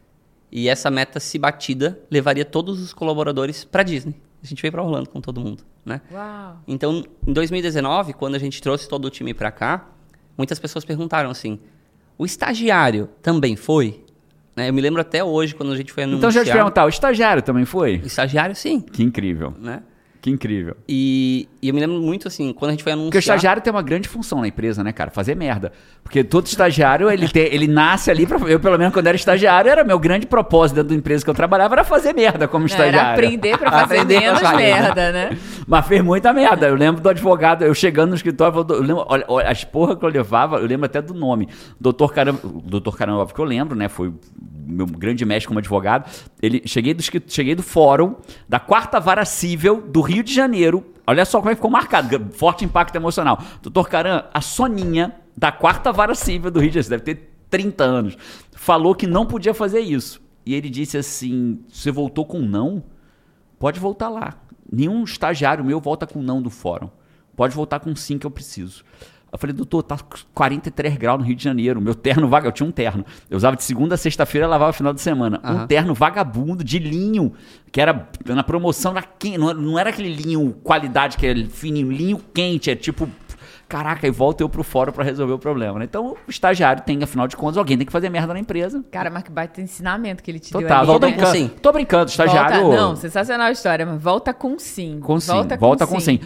E essa meta, se batida, levaria todos os colaboradores para Disney. A gente veio para Orlando com todo mundo. Né? Uau. Então, em 2019, quando a gente trouxe todo o time para cá, muitas pessoas perguntaram assim, o estagiário também foi? Né? Eu me lembro até hoje, quando a gente foi anunciar... Então, deixa eu te perguntar, o estagiário também foi? O estagiário, sim. Que incrível. Né? Que incrível. E eu me lembro muito, assim, quando a gente foi anunciar... Porque o estagiário tem uma grande função na empresa, né, cara? Fazer merda. Porque todo estagiário, ele nasce ali... Eu, pelo menos, quando era estagiário, era meu grande propósito dentro da empresa que eu trabalhava, era fazer merda como estagiário. Era aprender pra fazer menos merda, né? Mas fez muita merda. Eu lembro do advogado, eu chegando no escritório, eu lembro, olha, as porra que eu levava, eu lembro até do nome. Doutor Caramba, que eu lembro, né? Foi meu grande mestre como advogado. Cheguei do fórum da 4ª Vara Cível do Rio de Janeiro. Olha só como é que ficou marcado. Forte impacto emocional. Doutor Caram, a Soninha da 4ª Vara Cível do Rio de Janeiro, deve ter 30 anos, falou que não podia fazer isso. E ele disse assim, você voltou com não? Pode voltar lá. Nenhum estagiário meu volta com não do fórum. Pode voltar com sim que eu preciso. Eu falei, doutor, tá 43 graus no Rio de Janeiro. Meu terno eu tinha um terno. Eu usava de segunda a sexta-feira e lavava no final de semana. Um terno vagabundo de linho, que era na promoção não era aquele linho qualidade, que é fininho, linho quente, é tipo... Caraca, e volta eu pro fórum pra resolver o problema, né? Então, o estagiário tem, afinal de contas, alguém tem que fazer merda na empresa. Cara, mas que baita ensinamento que ele te Total, deu ali, tô brincando, sim. tô brincando, estagiário... Não, sensacional a história, mas volta com sim. Com sim, volta com sim.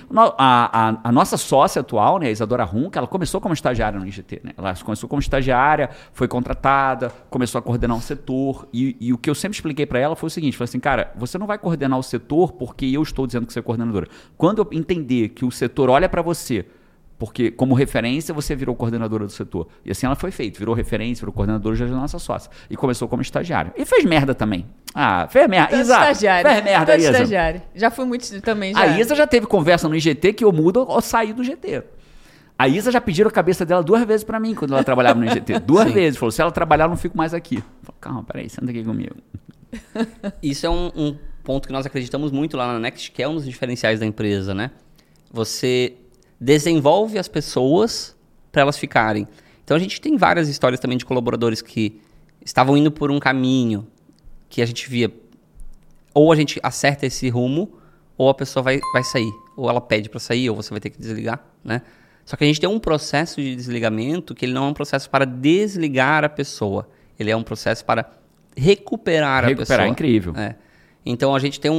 A nossa sócia atual, né, a Isadora Runca, ela começou como estagiária no IGT, né? Ela começou como estagiária, foi contratada, começou a coordenar um setor, e o que eu sempre expliquei pra ela foi o seguinte, falei assim, cara, você não vai coordenar o setor porque eu estou dizendo que você é coordenadora. Quando eu entender que o setor olha pra você, porque, como referência, você virou coordenadora do setor. E assim ela foi feita. Virou referência, virou coordenadora já da nossa sócia. E começou como estagiária. E fez merda também. Fez merda. Isa, fez merda, Isa. Estagiário. Já fui muito também, já. A Isa já teve conversa no IGT que eu mudo ou saí do GT. A Isa já pediram a cabeça dela 2 vezes pra mim quando ela trabalhava no IGT. 2 vezes. Falou, se ela trabalhar, eu não fico mais aqui. Falei, calma, peraí, senta aqui comigo. Isso é um ponto que nós acreditamos muito lá na Next, que é um dos diferenciais da empresa, né? Você... desenvolve as pessoas para elas ficarem. Então, a gente tem várias histórias também de colaboradores que estavam indo por um caminho que a gente via, ou a gente acerta esse rumo, ou a pessoa vai sair. Ou ela pede para sair, ou você vai ter que desligar, né? Só que a gente tem um processo de desligamento que ele não é um processo para desligar a pessoa. Ele é um processo para recuperar a pessoa. Incrível. Então, a gente tem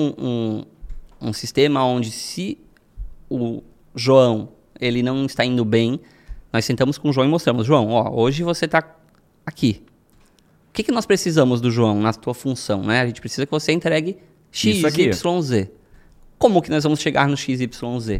um sistema onde se o João ele não está indo bem, nós sentamos com o João e mostramos, João, ó, hoje você está aqui. O que nós precisamos do João na tua função? Né? A gente precisa que você entregue X, Y, Z. Como que nós vamos chegar no X, Y, Z?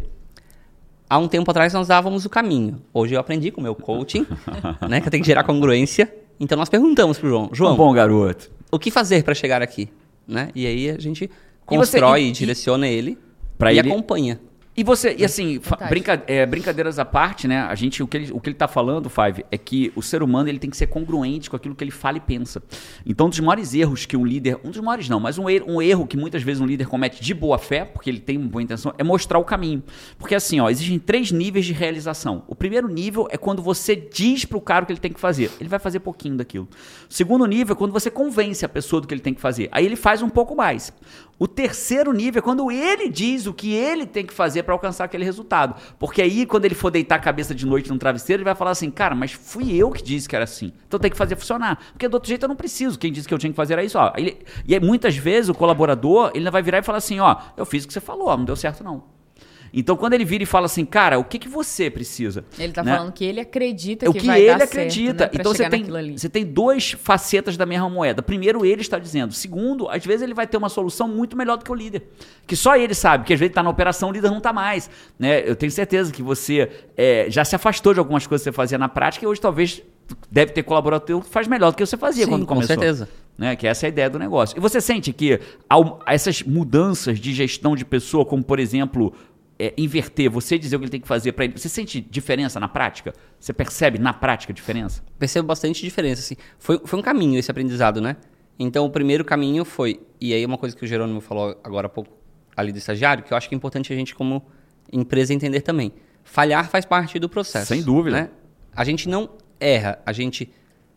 Há um tempo atrás nós dávamos o caminho. Hoje eu aprendi com o meu coaching, né, que eu tenho que gerar congruência. Então nós perguntamos pro João, João, bom garoto, o que fazer para chegar aqui? Né? E aí a gente constrói e direciona ele e acompanha. E você, e assim, brincadeiras à parte, né? A gente, o que ele tá falando, Five, é que o ser humano ele tem que ser congruente com aquilo que ele fala e pensa. Então, um dos maiores erros que um líder, um dos maiores não, mas um erro que muitas vezes um líder comete de boa fé, porque ele tem uma boa intenção, é mostrar o caminho. Porque assim, ó, existem 3 níveis de realização. O primeiro nível é quando você diz pro cara o que ele tem que fazer. Ele vai fazer pouquinho daquilo. O segundo nível é quando você convence a pessoa do que ele tem que fazer. Aí ele faz um pouco mais. O terceiro nível é quando ele diz o que ele tem que fazer para alcançar aquele resultado. Porque aí, quando ele for deitar a cabeça de noite num travesseiro, ele vai falar assim, cara, mas fui eu que disse que era assim. Então tem que fazer funcionar. Porque do outro jeito eu não preciso. Quem disse que eu tinha que fazer era isso. Ó. E aí, muitas vezes o colaborador, ele vai virar e falar assim, ó, eu fiz o que você falou, ó, não deu certo não. Então, quando ele vira e fala assim, cara, o que você precisa? Ele tá falando que ele acredita que vai dar certo, né, então você tem 2 facetas da mesma moeda. Primeiro, ele está dizendo. Segundo, às vezes ele vai ter uma solução muito melhor do que o líder. Que só ele sabe, que às vezes está na operação, o líder não está mais. Né? Eu tenho certeza que você já se afastou de algumas coisas que você fazia na prática e hoje talvez deve ter colaborador que faz melhor do que você fazia quando começou. Com certeza. Né? Que essa é a ideia do negócio. E você sente que essas mudanças de gestão de pessoa, como por exemplo... inverter, você dizer o que ele tem que fazer para ele. Você sente diferença na prática? Você percebe na prática a diferença? Percebo bastante diferença. Assim. Foi um caminho esse aprendizado, né? Então, o primeiro caminho foi... E aí, uma coisa que o Jerônimo falou agora há pouco ali do estagiário, que eu acho que é importante a gente, como empresa, entender também. Falhar faz parte do processo. Sem dúvida. Né? A gente não erra, a gente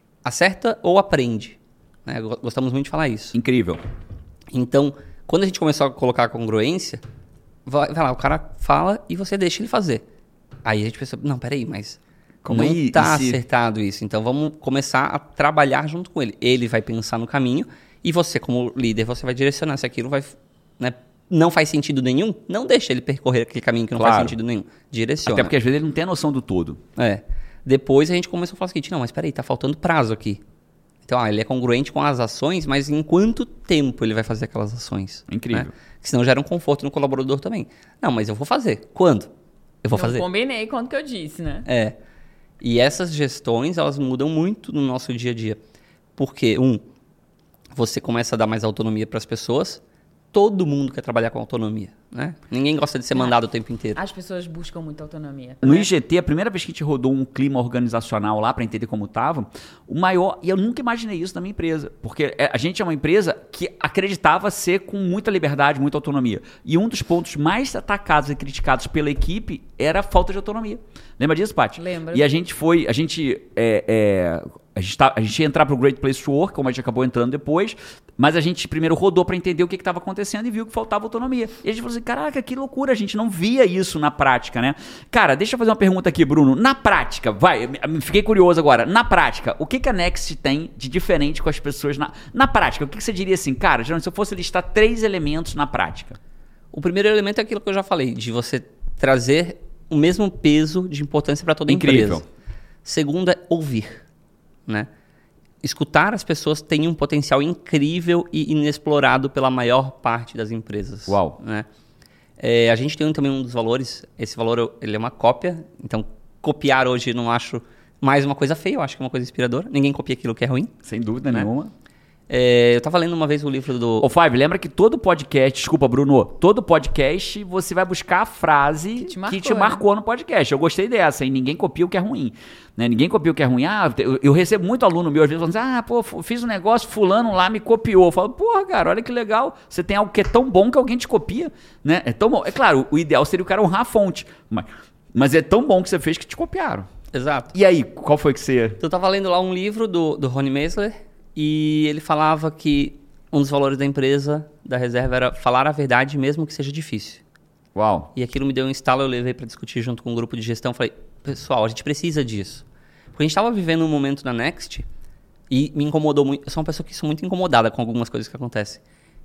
acerta ou aprende. Né? Gostamos muito de falar isso. Incrível. Então, quando a gente começou a colocar a congruência... Vai lá, o cara fala e você deixa ele fazer. Aí a gente pensa, não, peraí, mas como não está acertado isso. Então vamos começar a trabalhar junto com ele. Ele vai pensar no caminho e você, como líder, você vai direcionar. Se aquilo vai, né, não faz sentido nenhum, não deixa ele percorrer aquele caminho que não faz sentido nenhum. Direciona. Até porque às vezes ele não tem a noção do todo. Depois a gente começou a falar o seguinte, não, mas peraí, tá faltando prazo aqui. Então, ele é congruente com as ações, mas em quanto tempo ele vai fazer aquelas ações? Incrível. Né? Senão gera um conforto no colaborador também. Não, mas eu vou fazer. Quando? Eu vou fazer. Eu combinei quanto que eu disse, né? E essas gestões, elas mudam muito no nosso dia a dia. Porque, você começa a dar mais autonomia para as pessoas. Todo mundo quer trabalhar com autonomia, né? Ninguém gosta de ser mandado o tempo inteiro. As pessoas buscam muita autonomia. No IGT, a primeira vez que a gente rodou um clima organizacional lá para entender como estava, o maior... E eu nunca imaginei isso na minha empresa. Porque a gente é uma empresa que acreditava ser com muita liberdade, muita autonomia. E um dos pontos mais atacados e criticados pela equipe era a falta de autonomia. Lembra disso, Paty? Lembro. E a gente foi... A gente ia entrar para o Great Place to Work, como a gente acabou entrando depois, mas a gente primeiro rodou para entender o que estava acontecendo e viu que faltava autonomia. E a gente falou assim, caraca, que loucura, a gente não via isso na prática, né? Cara, deixa eu fazer uma pergunta aqui, Bruno. Na prática, fiquei curioso agora. Na prática, o que a Next tem de diferente com as pessoas na prática? O que você diria assim, cara, Jerônimo, se eu fosse listar 3 elementos na prática? O primeiro elemento é aquilo que eu já falei, de você trazer o mesmo peso de importância para toda a empresa. Segundo é ouvir. Né? Escutar as pessoas tem um potencial incrível e inexplorado pela maior parte das empresas. Uau! Né? A gente tem também um dos valores, esse valor ele é uma cópia, então copiar hoje não acho mais uma coisa feia, eu acho que é uma coisa inspiradora. Ninguém copia aquilo que é ruim. Sem dúvida nenhuma. Eu estava lendo uma vez o livro do... Ô, Five, lembra que todo podcast... Desculpa, Bruno. Todo podcast, você vai buscar a frase que te marcou no podcast. Eu gostei dessa, hein? Ninguém copia o que é ruim. Né? Ninguém copia o que é ruim. Eu recebo muito aluno meu, às vezes, falando assim, fiz um negócio, fulano lá me copiou. Eu falo, porra, cara, olha que legal. Você tem algo que é tão bom que alguém te copia. Né? É tão bom. É claro, o ideal seria o cara honrar a fonte. Mas é tão bom que você fez que te copiaram. Exato. E aí, qual foi que você... Eu estava lendo lá um livro do Ronnie Meisler, e ele falava que um dos valores da empresa, da reserva, era falar a verdade mesmo que seja difícil. Uau! E aquilo me deu um estalo, eu levei para discutir junto com um grupo de gestão. Falei, pessoal, a gente precisa disso. Porque a gente estava vivendo um momento na Next e me incomodou muito. Eu sou uma pessoa que sou muito incomodada com algumas coisas que acontecem.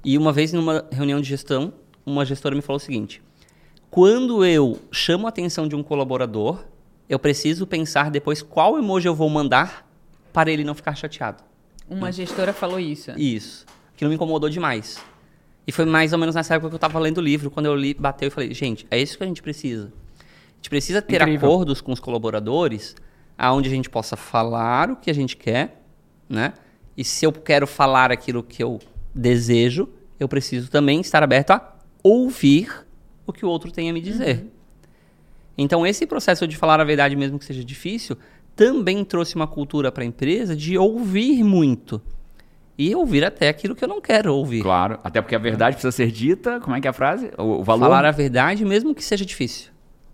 E uma vez, numa reunião de gestão, uma gestora me falou o seguinte: quando eu chamo a atenção de um colaborador, eu preciso pensar depois qual emoji eu vou mandar para ele não ficar chateado. Uma gestora falou isso. Isso. Que não me incomodou demais. E foi mais ou menos nessa época que eu estava lendo o livro. Quando eu li, bateu e falei, gente, é isso que a gente precisa. A gente precisa ter acordos com os colaboradores onde a gente possa falar o que a gente quer, né? E se eu quero falar aquilo que eu desejo, eu preciso também estar aberto a ouvir o que o outro tem a me dizer. Então, esse processo de falar a verdade, mesmo que seja difícil, também trouxe uma cultura para a empresa de ouvir muito. E ouvir até aquilo que eu não quero ouvir. Claro, até porque a verdade precisa ser dita. Como é que é a frase? O valor? Falar a verdade, mesmo que seja difícil.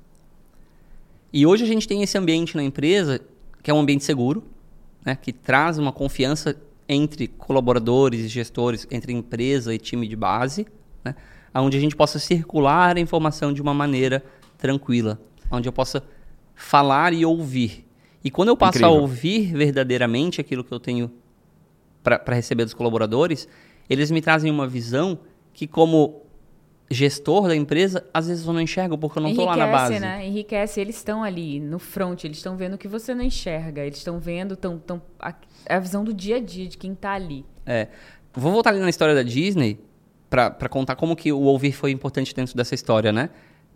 E hoje a gente tem esse ambiente na empresa, que é um ambiente seguro, né, que traz uma confiança entre colaboradores e gestores, entre empresa e time de base, né, onde a gente possa circular a informação de uma maneira tranquila, onde eu possa falar e ouvir. E quando eu passo a ouvir verdadeiramente aquilo que eu tenho para receber dos colaboradores, eles me trazem uma visão que, como gestor da empresa, às vezes eu não enxergo porque eu não estou lá na base. Né? Enriquece, eles estão ali no front, eles estão vendo o que você não enxerga, eles estão vendo a visão do dia a dia de quem está ali. Vou voltar ali na história da Disney para contar como que o ouvir foi importante dentro dessa história, né?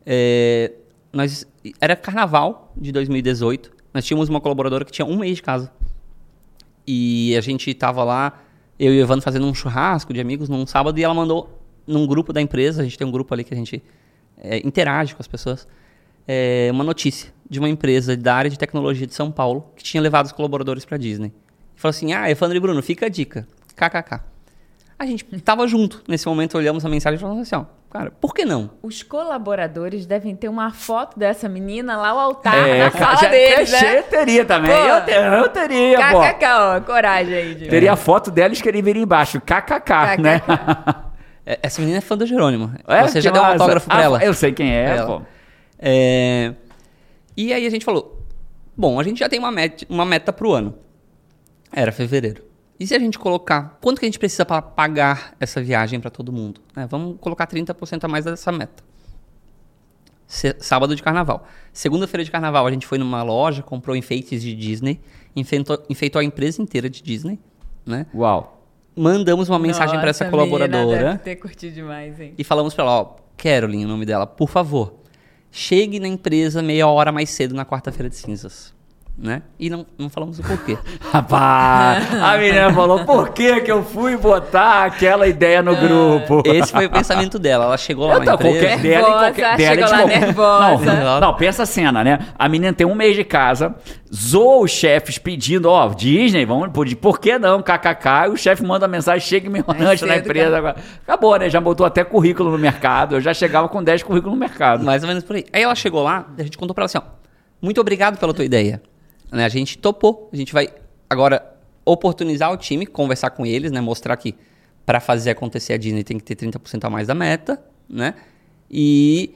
Era carnaval de 2018, nós tínhamos uma colaboradora que tinha 1 mês de casa. E a gente estava lá, eu e o Evandro fazendo um churrasco de amigos num sábado, e ela mandou num grupo da empresa, a gente tem um grupo ali que a gente interage com as pessoas, uma notícia de uma empresa da área de tecnologia de São Paulo que tinha levado os colaboradores para Disney. E falou assim, Evandro e Bruno, fica a dica, kkk. A gente estava junto, nesse momento olhamos a mensagem e falamos assim, cara, por que não? Os colaboradores devem ter uma foto dessa menina lá ao altar, na sala deles, né? Teria também, eu teria, pô. KKK, ó, coragem aí. Teria a foto dela e escreveria embaixo, kkk, né? Essa menina é fã do Jerônimo. Você já deu um autógrafo pra ela? Eu sei quem é, pô. E aí a gente falou, bom, a gente já tem uma meta pro ano. Era fevereiro. E se a gente colocar, quanto que a gente precisa para pagar essa viagem para todo mundo? Vamos colocar 30% a mais dessa meta. Sábado de carnaval. Segunda-feira de carnaval, a gente foi numa loja, comprou enfeites de Disney, enfeitou a empresa inteira de Disney, né? Uau. Mandamos uma mensagem para essa colaboradora. Deve ter curtido demais, hein? E falamos para ela, Caroline, o nome dela, por favor, chegue na empresa meia hora mais cedo na quarta-feira de cinzas. Né? E não falamos o porquê. Rapaz, a menina falou, por que eu fui botar aquela ideia no grupo? Esse foi o pensamento dela. Ela chegou lá na empresa. Chegou lá nervosa. Não, pensa a cena, né? A menina tem 1 mês de casa, zoa os chefes pedindo, Disney, vamos, por que não, kkk, e o chefe manda mensagem, chega e me lancha na empresa. Agora. Acabou, né? Já botou até currículo no mercado, eu já chegava com 10 currículos no mercado. Mais ou menos por aí. Aí ela chegou lá, a gente contou pra ela assim, muito obrigado pela tua ideia. A gente topou, a gente vai agora oportunizar o time, conversar com eles, né? Mostrar que para fazer acontecer a Disney tem que ter 30% a mais da meta, né? E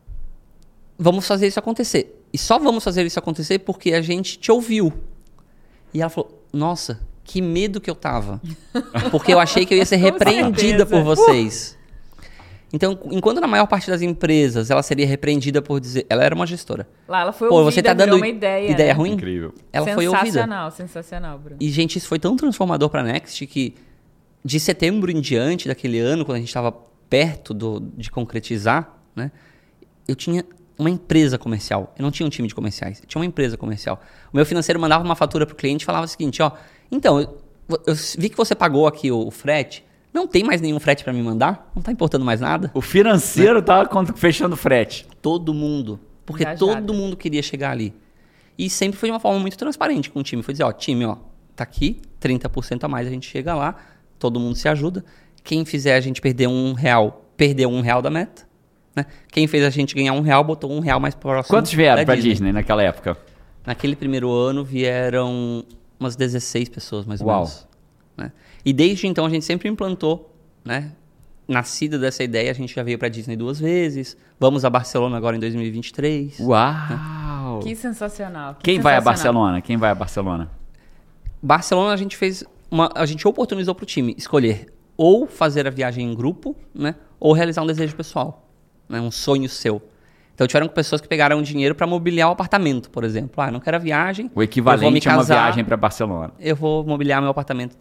vamos fazer isso acontecer. E só vamos fazer isso acontecer porque a gente te ouviu. E ela falou, nossa, que medo que eu tava. Porque eu achei que eu ia ser repreendida por vocês. Então, enquanto na maior parte das empresas ela seria repreendida por dizer... Ela era uma gestora. Lá ela foi ouvida, você tá dando uma ideia né? ruim? Incrível. Ela foi ouvida. Sensacional, Bruno. E, gente, isso foi tão transformador para a Next que de setembro em diante daquele ano, quando a gente estava perto de concretizar, né? Eu tinha uma empresa comercial. Eu não tinha um time de comerciais. Eu tinha uma empresa comercial. O meu financeiro mandava uma fatura pro cliente e falava o seguinte, então, eu vi que você pagou aqui o frete... Não tem mais nenhum frete para me mandar? Não tá importando mais nada? O financeiro tá fechando frete. Todo mundo. Porque todo mundo queria chegar ali. E sempre foi de uma forma muito transparente com o time. Foi dizer, time, tá aqui, 30% a mais, a gente chega lá, todo mundo se ajuda. Quem fizer a gente perder R$1, perdeu R$1 da meta. Né? Quem fez a gente ganhar R$1, botou R$1 mais próximo. Quantos vieram pra Disney naquela época? Naquele primeiro ano vieram umas 16 pessoas, mais ou menos. Né? E desde então a gente sempre implantou, né? Nascida dessa ideia, a gente já veio para Disney 2 vezes. Vamos a Barcelona agora em 2023. Uau! Né? Que sensacional. Quem vai a Barcelona? Barcelona a gente fez a gente oportunizou para o time escolher ou fazer a viagem em grupo, né? Ou realizar um desejo pessoal, né? Um sonho seu. Então, tiveram pessoas que pegaram dinheiro para mobiliar o apartamento, por exemplo. Não quero a viagem. O equivalente a uma viagem para Barcelona. Eu vou mobiliar meu apartamento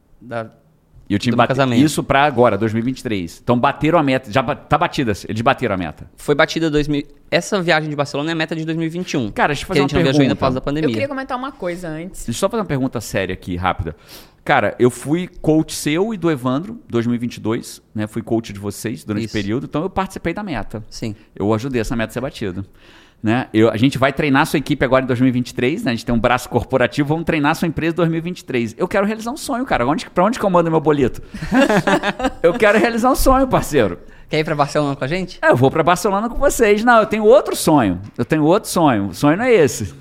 E o time bateu isso para agora, 2023. Então bateram a meta. Já tá batida. Eles bateram a meta. Foi batida essa viagem de Barcelona é a meta de 2021. Cara, deixa eu fazer uma pergunta. A gente não viajou ainda por causa da pandemia. Eu queria comentar uma coisa antes. Deixa eu só fazer uma pergunta séria aqui, rápida. Cara, eu fui coach seu e do Evandro, 2022, né? Fui coach de vocês durante esse período, então eu participei da meta. Sim. Eu ajudei essa meta a ser batida. Né? A gente vai treinar sua equipe agora em 2023, né? A gente tem um braço corporativo, vamos treinar sua empresa em 2023. Eu quero realizar um sonho, cara. Pra onde que eu mando meu boleto? Eu quero realizar um sonho, parceiro. Quer ir pra Barcelona com a gente? Eu vou pra Barcelona com vocês. Não, eu tenho outro sonho. O sonho não é esse.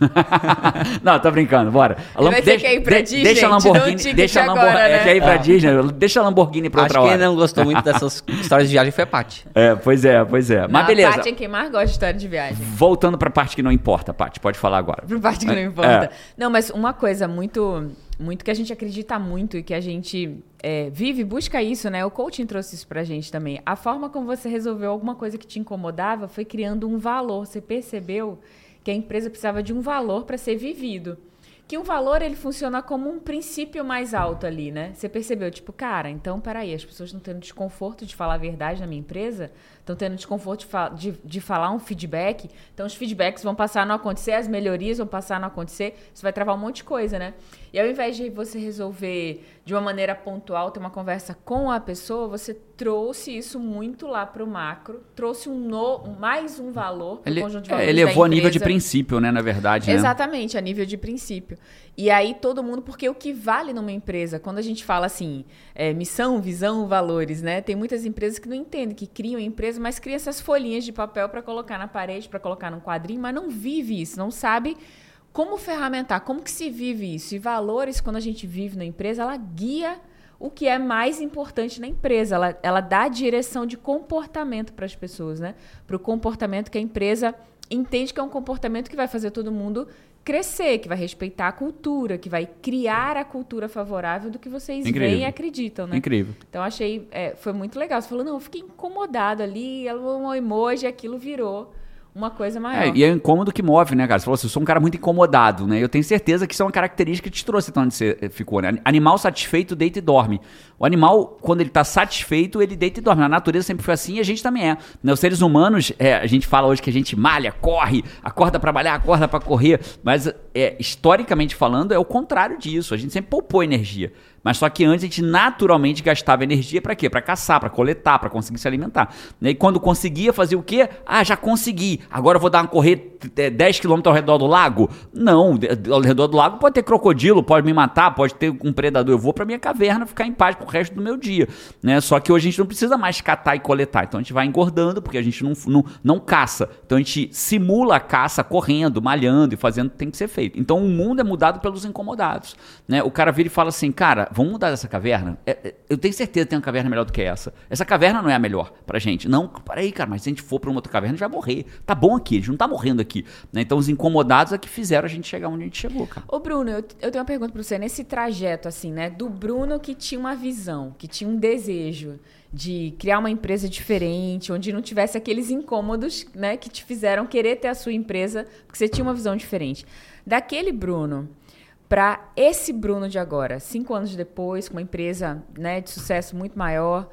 Não, tô brincando, bora. Quer ir pra Disney? Deixa a Lamborghini. Quer ir pra Disney? Deixa a Lamborghini pra outra hora. Acho que quem não gostou muito dessas histórias de viagem foi a Paty. Pois é. Mas beleza. A Paty é quem mais gosta de história de viagem. Voltando pra parte que não importa, Paty. Pode falar agora. Pra parte que não importa. Não, mas uma coisa muito que a gente acredita muito e que a gente vive, busca isso, né? O coaching trouxe isso pra gente também. A forma como você resolveu alguma coisa que te incomodava foi criando um valor. Você percebeu que a empresa precisava de um valor para ser vivido. Que um valor, ele funciona como um princípio mais alto ali, né? Você percebeu, tipo, cara, então, peraí, as pessoas estão tendo desconforto de falar a verdade na minha empresa, estão tendo desconforto de falar um feedback, então os feedbacks vão passar a não acontecer, as melhorias vão passar a não acontecer, isso vai travar um monte de coisa, né? E ao invés de você resolver de uma maneira pontual, ter uma conversa com a pessoa, você trouxe isso muito lá para o macro, trouxe mais um valor para o conjunto de valores ele levou a nível de princípio, né, na verdade. Né? Exatamente, a nível de princípio. E aí todo mundo, porque o que vale numa empresa, quando a gente fala assim, missão, visão, valores, né? Tem muitas empresas que não entendem, que criam empresa, mas criam essas folhinhas de papel para colocar na parede, para colocar num quadrinho, mas não vive isso, não sabe como ferramentar, como que se vive isso. E valores, quando a gente vive na empresa, ela guia o que é mais importante na empresa. Ela dá direção de comportamento para as pessoas, né? Para o comportamento que a empresa entende que é um comportamento que vai fazer todo mundo crescer, que vai respeitar a cultura, que vai criar a cultura favorável do que vocês veem e acreditam, né? Incrível. Então, achei... foi muito legal. Você falou, não, eu fiquei incomodado ali, um emoji, aquilo virou uma coisa maior. E é o incômodo que move, né, cara? Você falou assim, eu sou um cara muito incomodado, né? Eu tenho certeza que isso é uma característica que te trouxe até onde você ficou, né? Animal satisfeito deita e dorme. O animal, quando ele tá satisfeito, ele deita e dorme. A natureza sempre foi assim e a gente também é. Né? Os seres humanos, a gente fala hoje que a gente malha, corre, acorda pra malhar, acorda pra correr, mas historicamente falando é o contrário disso. A gente sempre poupou energia. Mas só que antes a gente naturalmente gastava energia para quê? Para caçar, para coletar, para conseguir se alimentar. E quando conseguia fazer o quê? Já consegui. Agora eu vou dar uma correr 10 km ao redor do lago? Não, ao redor do lago pode ter crocodilo, pode me matar, pode ter um predador. Eu vou para minha caverna ficar em paz pro resto do meu dia. Né? Só que hoje a gente não precisa mais catar e coletar. Então a gente vai engordando porque a gente não caça. Então a gente simula a caça correndo, malhando e fazendo o que tem que ser feito. Então o mundo é mudado pelos incomodados. Né? O cara vira e fala assim, cara, vamos mudar dessa caverna? Eu tenho certeza que tem uma caverna melhor do que essa. Essa caverna não é a melhor pra gente. Não, peraí, cara, mas se a gente for pra uma outra caverna, a gente vai morrer. Tá bom aqui, a gente não tá morrendo aqui. Né? Então os incomodados é que fizeram a gente chegar onde a gente chegou, cara. Ô Bruno, eu tenho uma pergunta pra você. Nesse trajeto, assim, né, do Bruno que tinha uma visão, que tinha um desejo de criar uma empresa diferente, onde não tivesse aqueles incômodos, né, que te fizeram querer ter a sua empresa, porque você tinha uma visão diferente. Daquele Bruno para esse Bruno de agora, 5 anos depois, com uma empresa, né, de sucesso muito maior,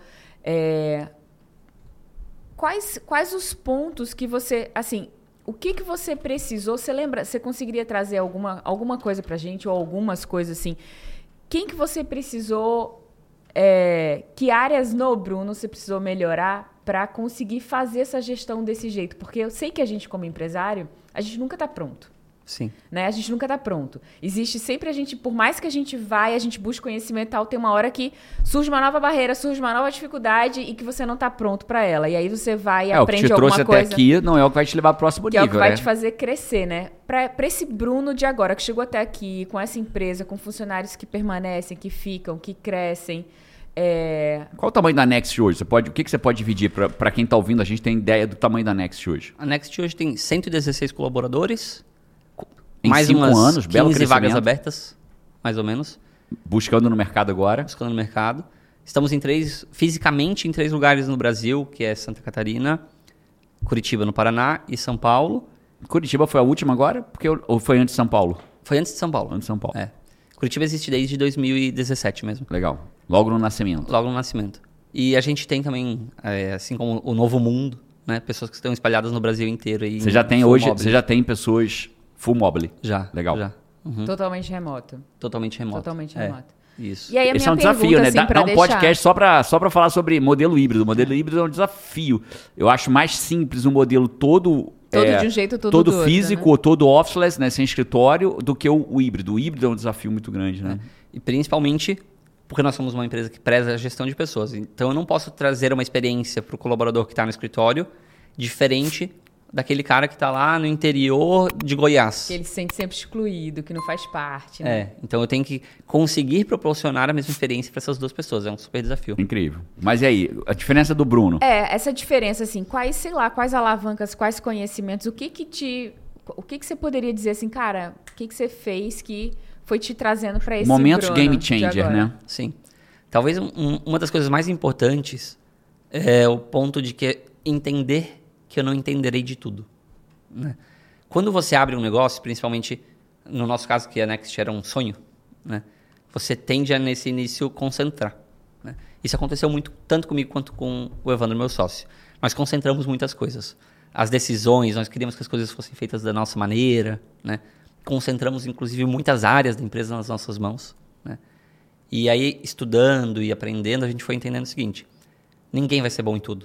quais os pontos que você, assim, o que você precisou? Você lembra? Você conseguiria trazer alguma coisa pra gente ou algumas coisas assim? Quem que você precisou? Que áreas no Bruno você precisou melhorar para conseguir fazer essa gestão desse jeito? Porque eu sei que a gente, como empresário, a gente nunca está pronto. Sim. Né? A gente nunca está pronto. Existe sempre por mais que a gente busque conhecimento e tal, tem uma hora que surge uma nova barreira, surge uma nova dificuldade e que você não está pronto para ela. E aí você vai e aprende alguma coisa. O que te trouxe até aqui não é o que vai te levar ao próximo nível, é o que vai te fazer crescer, né? Para esse Bruno de agora, que chegou até aqui, com essa empresa, com funcionários que permanecem, que ficam, que crescem. Qual o tamanho da Next hoje? O que você pode dividir para quem está ouvindo? A gente tem ideia do tamanho da Next hoje. A Next hoje tem 116 colaboradores. Em mais 5 anos, 15 belo crescimento. vagas abertas, mais ou menos. Buscando no mercado agora. Buscando no mercado. Estamos fisicamente em 3 lugares no Brasil, que é Santa Catarina, Curitiba, no Paraná, e São Paulo. Curitiba foi a última agora? Ou foi antes de São Paulo? Foi antes de São Paulo. Antes de São Paulo. Curitiba existe desde 2017 mesmo. Legal. Logo no nascimento. Logo no nascimento. E a gente tem também, assim como o Novo Mundo, né? Pessoas que estão espalhadas no Brasil inteiro. Aí você já tem pessoas full mobile? Já. Legal. Já. Uhum. Totalmente remoto. Totalmente remoto. Isso. E aí, esse é um desafio, né? Dá um podcast só pra falar sobre modelo híbrido. O modelo híbrido é um desafio. Eu acho mais simples um modelo todo de um jeito, todo físico, outro, né? todo officeless, né? Sem escritório, do que o híbrido. O híbrido é um desafio muito grande, né? E principalmente porque nós somos uma empresa que preza a gestão de pessoas. Então eu não posso trazer uma experiência para o colaborador que está no escritório diferente daquele cara que está lá no interior de Goiás. Que ele se sente sempre excluído, que não faz parte. Né? Então eu tenho que conseguir proporcionar a mesma experiência para essas 2 pessoas. É um super desafio. Incrível. Mas e aí, a diferença do Bruno? Essa diferença, assim, quais alavancas, quais conhecimentos, o que você poderia dizer assim, cara, o que você fez que foi te trazendo para esse Momentos Bruno game changer, né? Sim. Talvez uma das coisas mais importantes é o ponto de que entender que eu não entenderei de tudo. Né? Quando você abre um negócio, principalmente no nosso caso, que a Next era um sonho, né? Você tende a, nesse início, concentrar. Né? Isso aconteceu muito, tanto comigo quanto com o Evandro, meu sócio. Nós concentramos muitas coisas. As decisões, nós queríamos que as coisas fossem feitas da nossa maneira. Né? Concentramos, inclusive, muitas áreas da empresa nas nossas mãos. Né? E aí, estudando e aprendendo, a gente foi entendendo o seguinte: ninguém vai ser bom em tudo.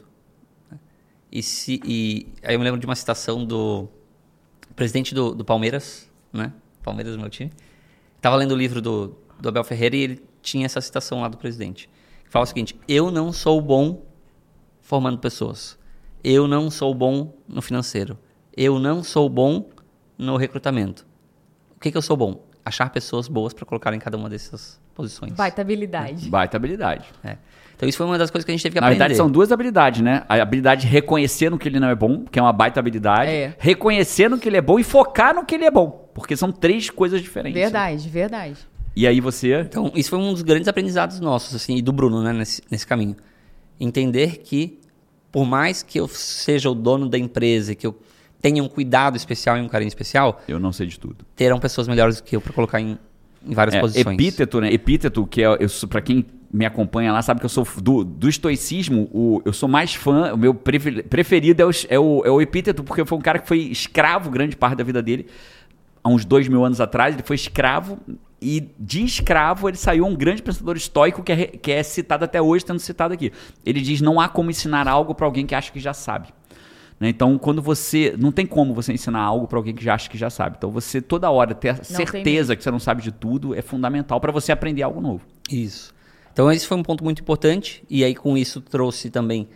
E aí eu me lembro de uma citação do presidente do Palmeiras, né? Palmeiras, meu time. Estava lendo o livro do Abel Ferreira e ele tinha essa citação lá do presidente. Que fala o seguinte: eu não sou bom formando pessoas. Eu não sou bom no financeiro. Eu não sou bom no recrutamento. O que eu sou bom? Achar pessoas boas para colocar em cada uma dessas posições. Baita habilidade. Baita habilidade. Então isso foi uma das coisas que a gente teve que aprender. Na verdade, são 2 habilidades, né? A habilidade de reconhecer no que ele não é bom, que é uma baita habilidade. Reconhecer no que ele é bom e focar no que ele é bom. Porque são 3 coisas diferentes. Verdade. E aí você... Então, isso foi um dos grandes aprendizados nossos, assim, e do Bruno, né, nesse caminho. Entender que, por mais que eu seja o dono da empresa, que eu tenha um cuidado especial e um carinho especial... Eu não sei de tudo. Terão pessoas melhores do que eu para colocar em várias posições. Epíteto, né? Epíteto, que para quem me acompanha lá, sabe que eu sou do estoicismo, eu sou mais fã, o meu preferido é o Epíteto, porque foi um cara que foi escravo grande parte da vida dele. Há uns 2000 anos atrás, ele foi escravo, e de escravo ele saiu um grande pensador estoico que é citado até hoje, tendo citado aqui. Ele diz: não há como ensinar algo para alguém que acha que já sabe. Então, quando você... Não tem como você ensinar algo para alguém que já acha que já sabe. Então, você toda hora ter a certeza que você não sabe de tudo é fundamental para você aprender algo novo. Isso. Então, esse foi um ponto muito importante. E aí, com isso, trouxe também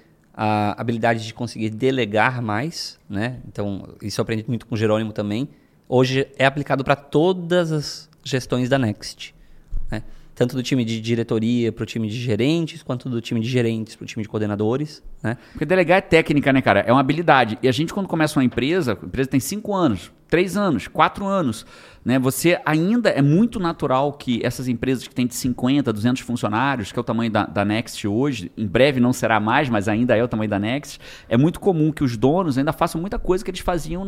a habilidade de conseguir delegar mais. Né? Então, isso eu aprendi muito com o Jerônimo também. Hoje é aplicado para todas as gestões da Next. Né? Tanto do time de diretoria para o time de gerentes, quanto do time de gerentes para o time de coordenadores. Né? Porque delegar é técnica, né, cara? É uma habilidade. E a gente, quando começa uma empresa, a empresa tem 5 anos, 3 anos, 4 anos, né? Você ainda é muito natural que essas empresas que têm de 50, 200 funcionários, que é o tamanho da Next hoje, em breve não será mais, mas ainda é o tamanho da Next, é muito comum que os donos ainda façam muita coisa que eles faziam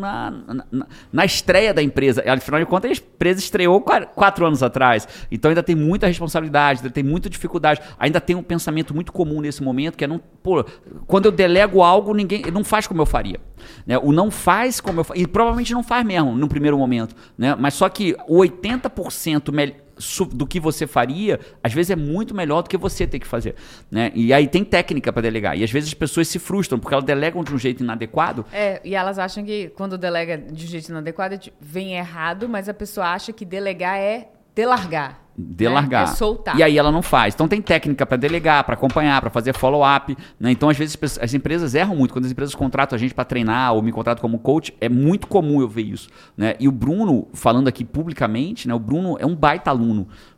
na estreia da empresa. Afinal de contas, a empresa estreou 4 anos atrás, então ainda tem muita responsabilidade, ainda tem muita dificuldade, ainda tem um pensamento muito comum nesse momento, que é quando eu delego algo, ninguém não faz como eu faria. Né? O não faz como eu faria, e provavelmente não faz mesmo no primeiro momento, né? Mas só que o 80% do que você faria, às vezes é muito melhor do que você ter que fazer, né? E aí tem técnica para delegar, e às vezes as pessoas se frustram porque elas delegam de um jeito inadequado. E elas acham que quando delega de um jeito inadequado vem errado, mas a pessoa acha que delegar é delargar. Delargar. Né? É soltar. E aí ela não faz. Então tem técnica para delegar, para acompanhar, para fazer follow-up. Né? Então, às vezes, as empresas erram muito. Quando as empresas contratam a gente para treinar ou me contratam como coach, é muito comum eu ver isso. Né? E o Bruno, falando aqui publicamente, né? O Bruno é um baita aluno.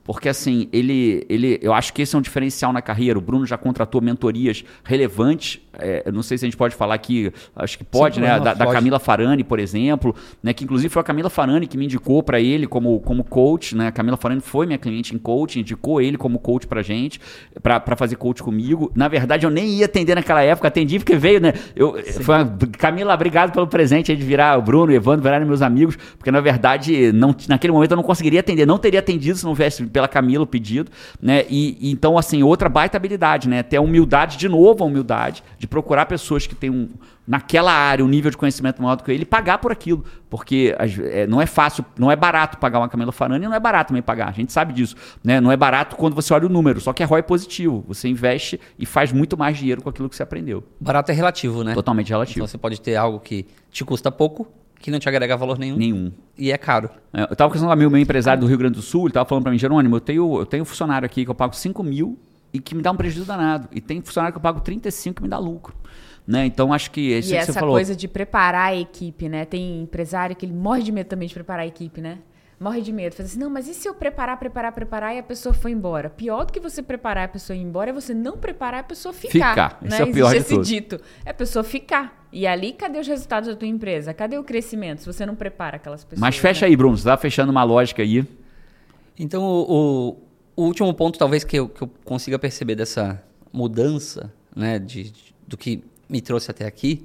porque assim, eu acho que esse é um diferencial na carreira. O Bruno já contratou mentorias relevantes, eu não sei se a gente pode falar aqui, acho que pode, né? Da Camila Farani, por exemplo, né? Que inclusive foi a Camila Farani que me indicou para ele como coach, né? A Camila Farani foi minha cliente em coaching, indicou ele como coach pra gente, pra fazer coach comigo. Na verdade, eu nem ia atender naquela época, atendi porque veio, né? Camila, obrigado pelo presente aí de virar o Bruno e o Evandro, virarem meus amigos, porque na verdade, naquele momento eu não conseguiria atender, não teria atendido se não houvesse pela Camila o pedido, né? E então, assim, outra baita habilidade, né? Ter a humildade, de novo a humildade, de procurar pessoas que têm naquela área um nível de conhecimento maior do que ele e pagar por aquilo, porque não é fácil, não é barato pagar uma Camila Farani, não é barato também pagar, a gente sabe disso, né? Não é barato quando você olha o número, só que é ROI positivo, você investe e faz muito mais dinheiro com aquilo que você aprendeu. Barato é relativo, né? Totalmente relativo. Então você pode ter algo que te custa pouco, que não te agrega valor nenhum. E é caro. Eu estava conversando com meu empresário do Rio Grande do Sul, ele estava falando para mim, Jerônimo, eu tenho um funcionário aqui que eu pago 5 mil e que me dá um prejuízo danado, e tem funcionário que eu pago 35 que me dá lucro. Né? Então, acho que isso e que você falou. E essa coisa de preparar a equipe, né? Tem empresário que ele morre de medo também de preparar a equipe, né? Morre de medo. Faz assim, não, mas e se eu preparar e a pessoa for embora? Pior do que você preparar e a pessoa ir embora é você não preparar e a pessoa ficar. Né? Esse é o pior de tudo. Esse dito. É a pessoa ficar. E ali, cadê os resultados da tua empresa? Cadê o crescimento se você não prepara aquelas pessoas? Mas fecha aí, Bruno. Você tá fechando uma lógica aí. Então, o último ponto, talvez, que eu consiga perceber dessa mudança, né, do que me trouxe até aqui,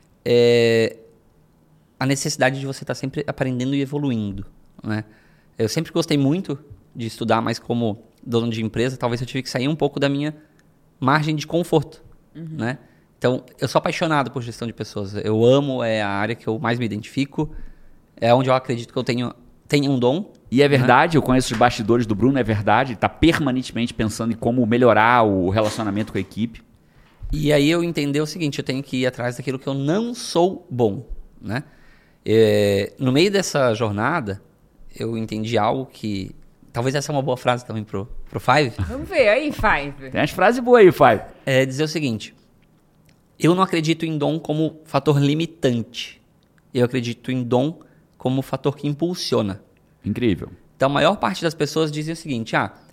é a necessidade de você estar sempre aprendendo e evoluindo, né? Eu sempre gostei muito de estudar, mas como dono de empresa, talvez eu tive que sair um pouco da minha margem de conforto, né? Então, eu sou apaixonado por gestão de pessoas. Eu amo, é a área que eu mais me identifico, é onde eu acredito que eu tenho um dom. E é verdade, eu conheço os bastidores do Bruno, é verdade, ele está permanentemente pensando em como melhorar o relacionamento com a equipe. E aí eu entendi o seguinte, eu tenho que ir atrás daquilo que eu não sou bom, né? No meio dessa jornada, eu entendi algo que... Talvez essa é uma boa frase também pro Five. Vamos ver aí, Five. Tem umas frases boas aí, Five. É dizer o seguinte, eu não acredito em dom como fator limitante. Eu acredito em dom como fator que impulsiona. Incrível. Então, a maior parte das pessoas dizem o seguinte,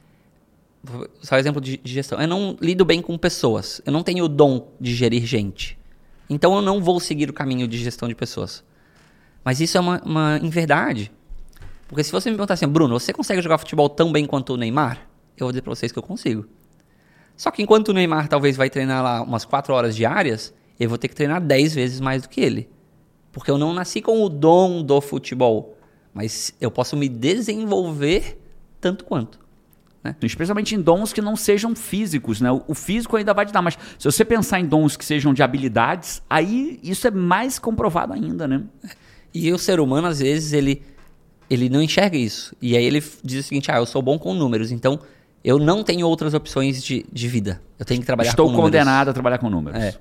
só exemplo de gestão. Eu não lido bem com pessoas. Eu não tenho o dom de gerir gente. Então, eu não vou seguir o caminho de gestão de pessoas. Mas isso é uma inverdade. Porque se você me perguntar assim, Bruno, você consegue jogar futebol tão bem quanto o Neymar? Eu vou dizer para vocês que eu consigo. Só que enquanto o Neymar talvez vai treinar lá umas 4 horas diárias, eu vou ter que treinar 10 vezes mais do que ele. Porque eu não nasci com o dom do futebol. Mas eu posso me desenvolver tanto quanto. Né? Especialmente em dons que não sejam físicos, né? O físico ainda vai te dar, mas se você pensar em dons que sejam de habilidades, aí isso é mais comprovado ainda, né? E o ser humano, às vezes, ele não enxerga isso. E aí ele diz o seguinte, eu sou bom com números, então eu não tenho outras opções de vida. Eu tenho que trabalhar com números. Estou condenado a trabalhar com números.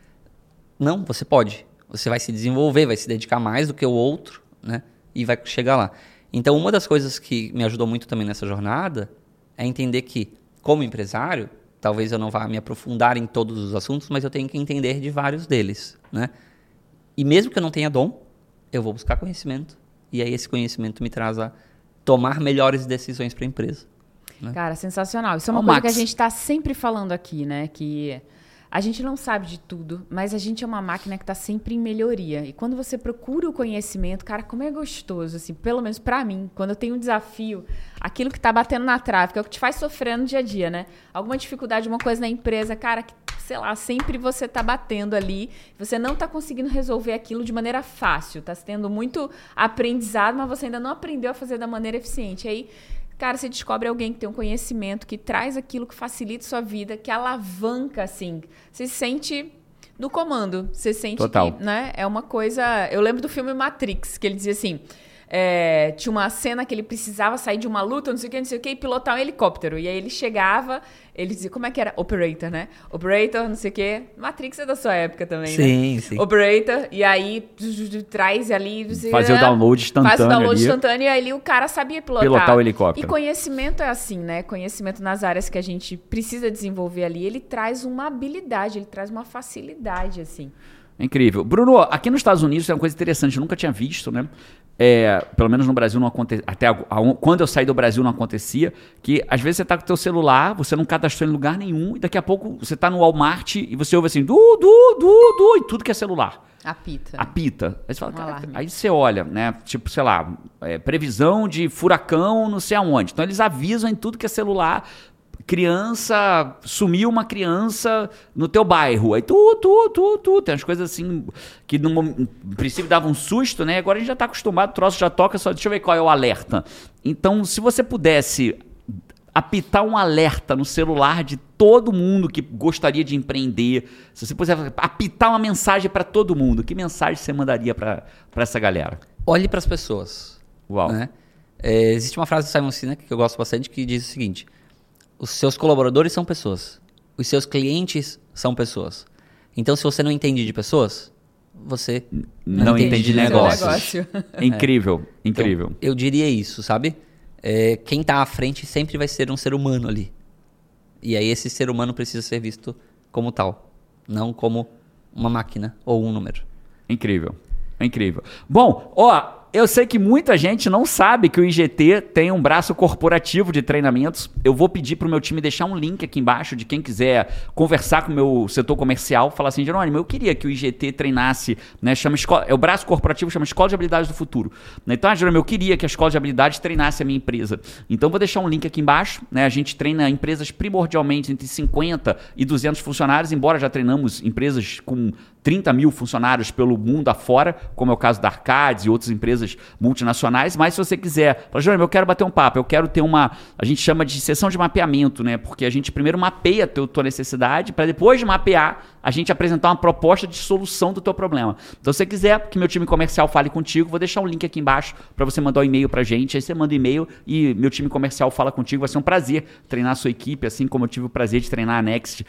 Não, você pode. Você vai se desenvolver, vai se dedicar mais do que o outro, né? E vai chegar lá. Então, uma das coisas que me ajudou muito também nessa jornada é entender que, como empresário, talvez eu não vá me aprofundar em todos os assuntos, mas eu tenho que entender de vários deles, né? E mesmo que eu não tenha dom, eu vou buscar conhecimento. E aí esse conhecimento me traz a tomar melhores decisões para a empresa. Né? Cara, sensacional. Isso é uma coisa que a gente está sempre falando aqui, né? Que a gente não sabe de tudo, mas a gente é uma máquina que está sempre em melhoria. E quando você procura o conhecimento, cara, como é gostoso, assim, pelo menos para mim, quando eu tenho um desafio, aquilo que está batendo na trave, que é o que te faz sofrer no dia a dia, né? Alguma dificuldade, uma coisa na empresa, cara, que, sei lá, sempre você está batendo ali, você não está conseguindo resolver aquilo de maneira fácil, está tendo muito aprendizado, mas você ainda não aprendeu a fazer da maneira eficiente. Aí, cara, você descobre alguém que tem um conhecimento, que traz aquilo que facilita a sua vida, que alavanca, assim. Você se sente no comando. Você sente Total. Que, né, é uma coisa... Eu lembro do filme Matrix, que ele dizia assim... tinha uma cena que ele precisava sair de uma luta, não sei o que, e pilotar um helicóptero. E aí ele chegava, ele dizia, como é que era? Operator, né? Operator, não sei o que. Matrix é da sua época também, sim, né? Sim. Operator, e aí traz ali... Fazer o download instantâneo. Faz o download ali. instantâneo, e aí o cara sabia pilotar o helicóptero. E conhecimento é assim, né? Conhecimento nas áreas que a gente precisa desenvolver ali, ele traz uma habilidade, ele traz uma facilidade, assim. É incrível. Bruno, aqui nos Estados Unidos é uma coisa interessante, eu nunca tinha visto, né? Pelo menos no Brasil não acontecia, quando eu saí do Brasil não acontecia, que às vezes você tá com o teu celular, você não cadastrou em lugar nenhum, e daqui a pouco você tá no Walmart e você ouve assim, e tudo que é celular. Apita. Aí você fala, aí você olha, né? Tipo, sei lá, previsão de furacão não sei aonde. Então eles avisam em tudo que é celular. Sumiu uma criança no teu bairro. Aí tem umas coisas assim que no princípio dava um susto, né? Agora a gente já tá acostumado, o troço já toca, só deixa eu ver qual é o alerta. Então, se você pudesse apitar um alerta no celular de todo mundo que gostaria de empreender, se você pudesse apitar uma mensagem para todo mundo, que mensagem você mandaria para essa galera? Olhe para as pessoas. Uau. Né? Existe uma frase do Simon Sinek que eu gosto bastante que diz o seguinte: os seus colaboradores são pessoas, os seus clientes são pessoas. Então, se você não entende de pessoas, você não entende de negócios. Incrível. Então, eu diria isso, sabe? Quem está à frente sempre vai ser um ser humano ali. E aí esse ser humano precisa ser visto como tal, não como uma máquina ou um número. Incrível. Bom, eu sei que muita gente não sabe que o IGT tem um braço corporativo de treinamentos. Eu vou pedir para o meu time deixar um link aqui embaixo de quem quiser conversar com o meu setor comercial, falar assim, Jerônimo, eu queria que o IGT treinasse, né, o braço corporativo chama Escola de Habilidades do Futuro. Então, Jerônimo, eu queria que a Escola de Habilidades treinasse a minha empresa. Então, vou deixar um link aqui embaixo, né? A gente treina empresas primordialmente entre 50 e 200 funcionários, embora já treinamos empresas com 30 mil funcionários pelo mundo afora, como é o caso da Arcades e outras empresas multinacionais, mas se você quiser, fala, Jerônimo, eu quero bater um papo, eu quero ter a gente chama de sessão de mapeamento, né? Porque a gente primeiro mapeia a tua necessidade, para depois de mapear, a gente apresentar uma proposta de solução do teu problema. Então, se você quiser que meu time comercial fale contigo, vou deixar um link aqui embaixo para você mandar um e-mail pra gente, aí você manda um e-mail e meu time comercial fala contigo, vai ser um prazer treinar a sua equipe, assim como eu tive o prazer de treinar a Next,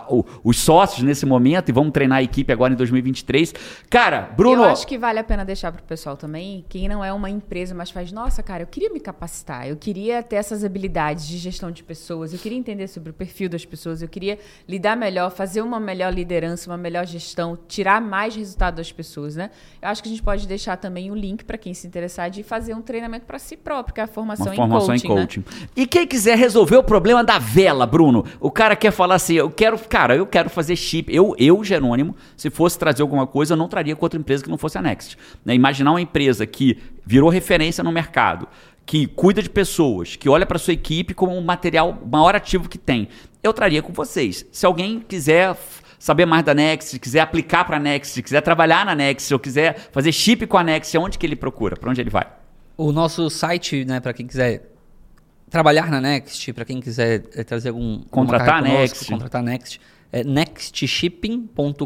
os sócios nesse momento, e vamos treinar a equipe agora em 2023. Cara, Bruno... Eu acho que vale a pena deixar pro pessoal também, quem não é uma empresa, mas faz, nossa, cara, eu queria me capacitar, eu queria ter essas habilidades de gestão de pessoas, eu queria entender sobre o perfil das pessoas, eu queria lidar melhor, fazer uma melhor liderança, uma melhor gestão, tirar mais resultado das pessoas, né? Eu acho que a gente pode deixar também o link para quem se interessar de fazer um treinamento para si próprio, que é a formação em coaching. Né? E quem quiser resolver o problema da vela, Bruno, o cara quer falar assim, eu quero fazer chip. Eu, Jerônimo, se fosse trazer alguma coisa, eu não traria com outra empresa que não fosse a Next. Né? Imaginar uma empresa que virou referência no mercado, que cuida de pessoas, que olha para sua equipe como um material, o maior ativo que tem. Eu traria com vocês. Se alguém quiser saber mais da Next, quiser aplicar para a Next, quiser trabalhar na Next, ou quiser fazer chip com a Next, onde que ele procura? Para onde ele vai? O nosso site, né, para quem quiser trabalhar na Next, para quem quiser trazer contratar a Next, é nextshipping.com.br.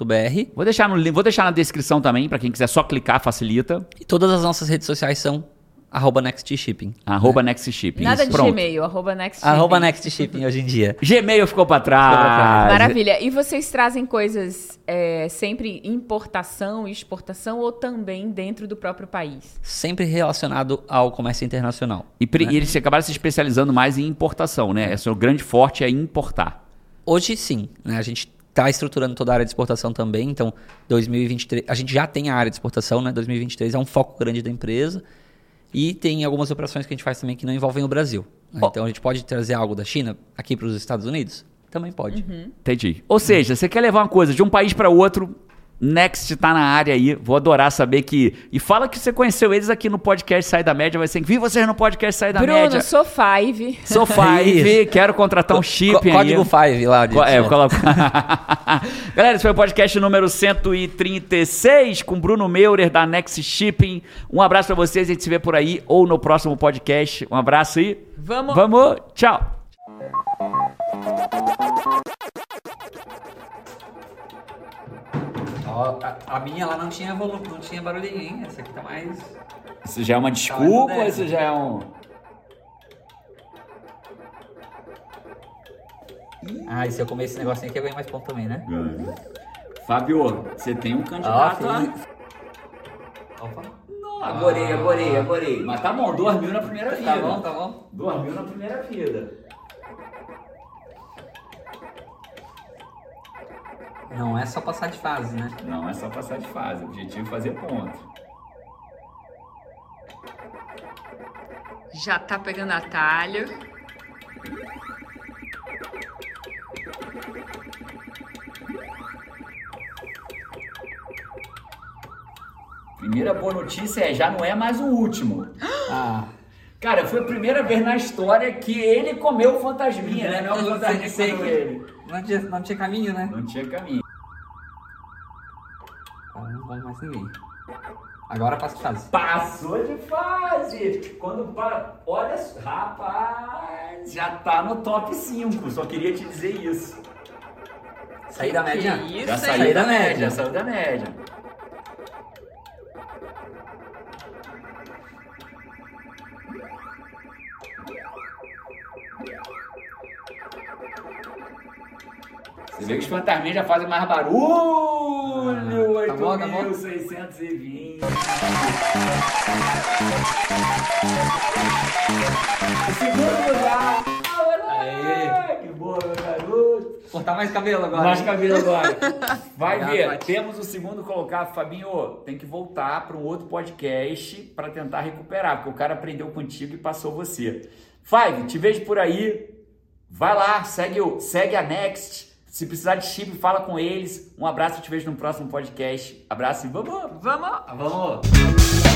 Vou deixar na descrição também, para quem quiser só clicar, facilita. E todas as nossas redes sociais são @nextshipping. @nextshipping. Nada de Gmail, @nextshipping. @nextshipping hoje em dia. Gmail ficou para trás. Maravilha. E vocês trazem coisas sempre importação e exportação ou também dentro do próprio país? Sempre relacionado ao comércio internacional. E eles acabaram se especializando mais em importação, né? O grande forte é importar. Hoje sim, né? A gente está estruturando toda a área de exportação também. Então, 2023, a gente já tem a área de exportação, né? 2023 é um foco grande da empresa. E tem algumas operações que a gente faz também que não envolvem o Brasil. Né? Então, a gente pode trazer algo da China aqui para os Estados Unidos? Também pode. Entendi. Ou seja, você quer levar uma coisa de um país para outro, Next tá na área aí. Vou adorar saber que... E fala que você conheceu eles aqui no podcast Sai da Média. Vai ser vi vocês no podcast Sai da Média. Bruno, sou Five. Sou Five. Quero contratar um chip aí. Código Five lá. Eu coloco... Galera, esse foi o podcast número 136 com Bruno Meurer da Next Shipping. Um abraço pra vocês. A gente se vê por aí ou no próximo podcast. Um abraço e... Vamos. Tchau. A minha lá não tinha volume, não tinha barulhinho, hein? Essa aqui tá mais... Isso já é uma desculpa ou isso já é um... Ah, e se eu comer esse negocinho aqui, eu ganho mais ponto também, né? Fábio, você tem um candidato lá. Opa. Adorei. Mas tá bom, 2 mil na primeira vida. Tá bom. 2 mil na primeira vida. Não é só passar de fase, né? Não é só passar de fase, o objetivo é fazer ponto. Já tá pegando atalho. Primeira boa notícia já não é mais o último. Ah. Cara, foi a primeira vez na história que ele comeu o fantasminha, né? Não é o fantasminha que comeu ele. Não tinha caminho, né? Não tinha caminho. Agora não vamos mais ninguém. Agora passa de fase. Passou de fase! Quando para. Olha, rapaz, já tá no top 5. Só queria te dizer isso. Saí da média? Isso, Já hein? saiu da média, já saiu da média. Você vê que os fantasminhas já fazem mais barulho. Acabou. 8.620. O segundo lugar. Aê. Que boa, meu garoto. Cortar mais cabelo agora. Mais cabelo agora. Vai Obrigado, ver, Paty. temos o segundo colocado. Fabinho, tem que voltar para um outro podcast para tentar recuperar, porque o cara aprendeu contigo e passou você. Five, te vejo por aí. Vai lá, segue a Next. Se precisar de chip, fala com eles. Um abraço, eu te vejo no próximo podcast. Abraço e vamos! Vamos! Vamos!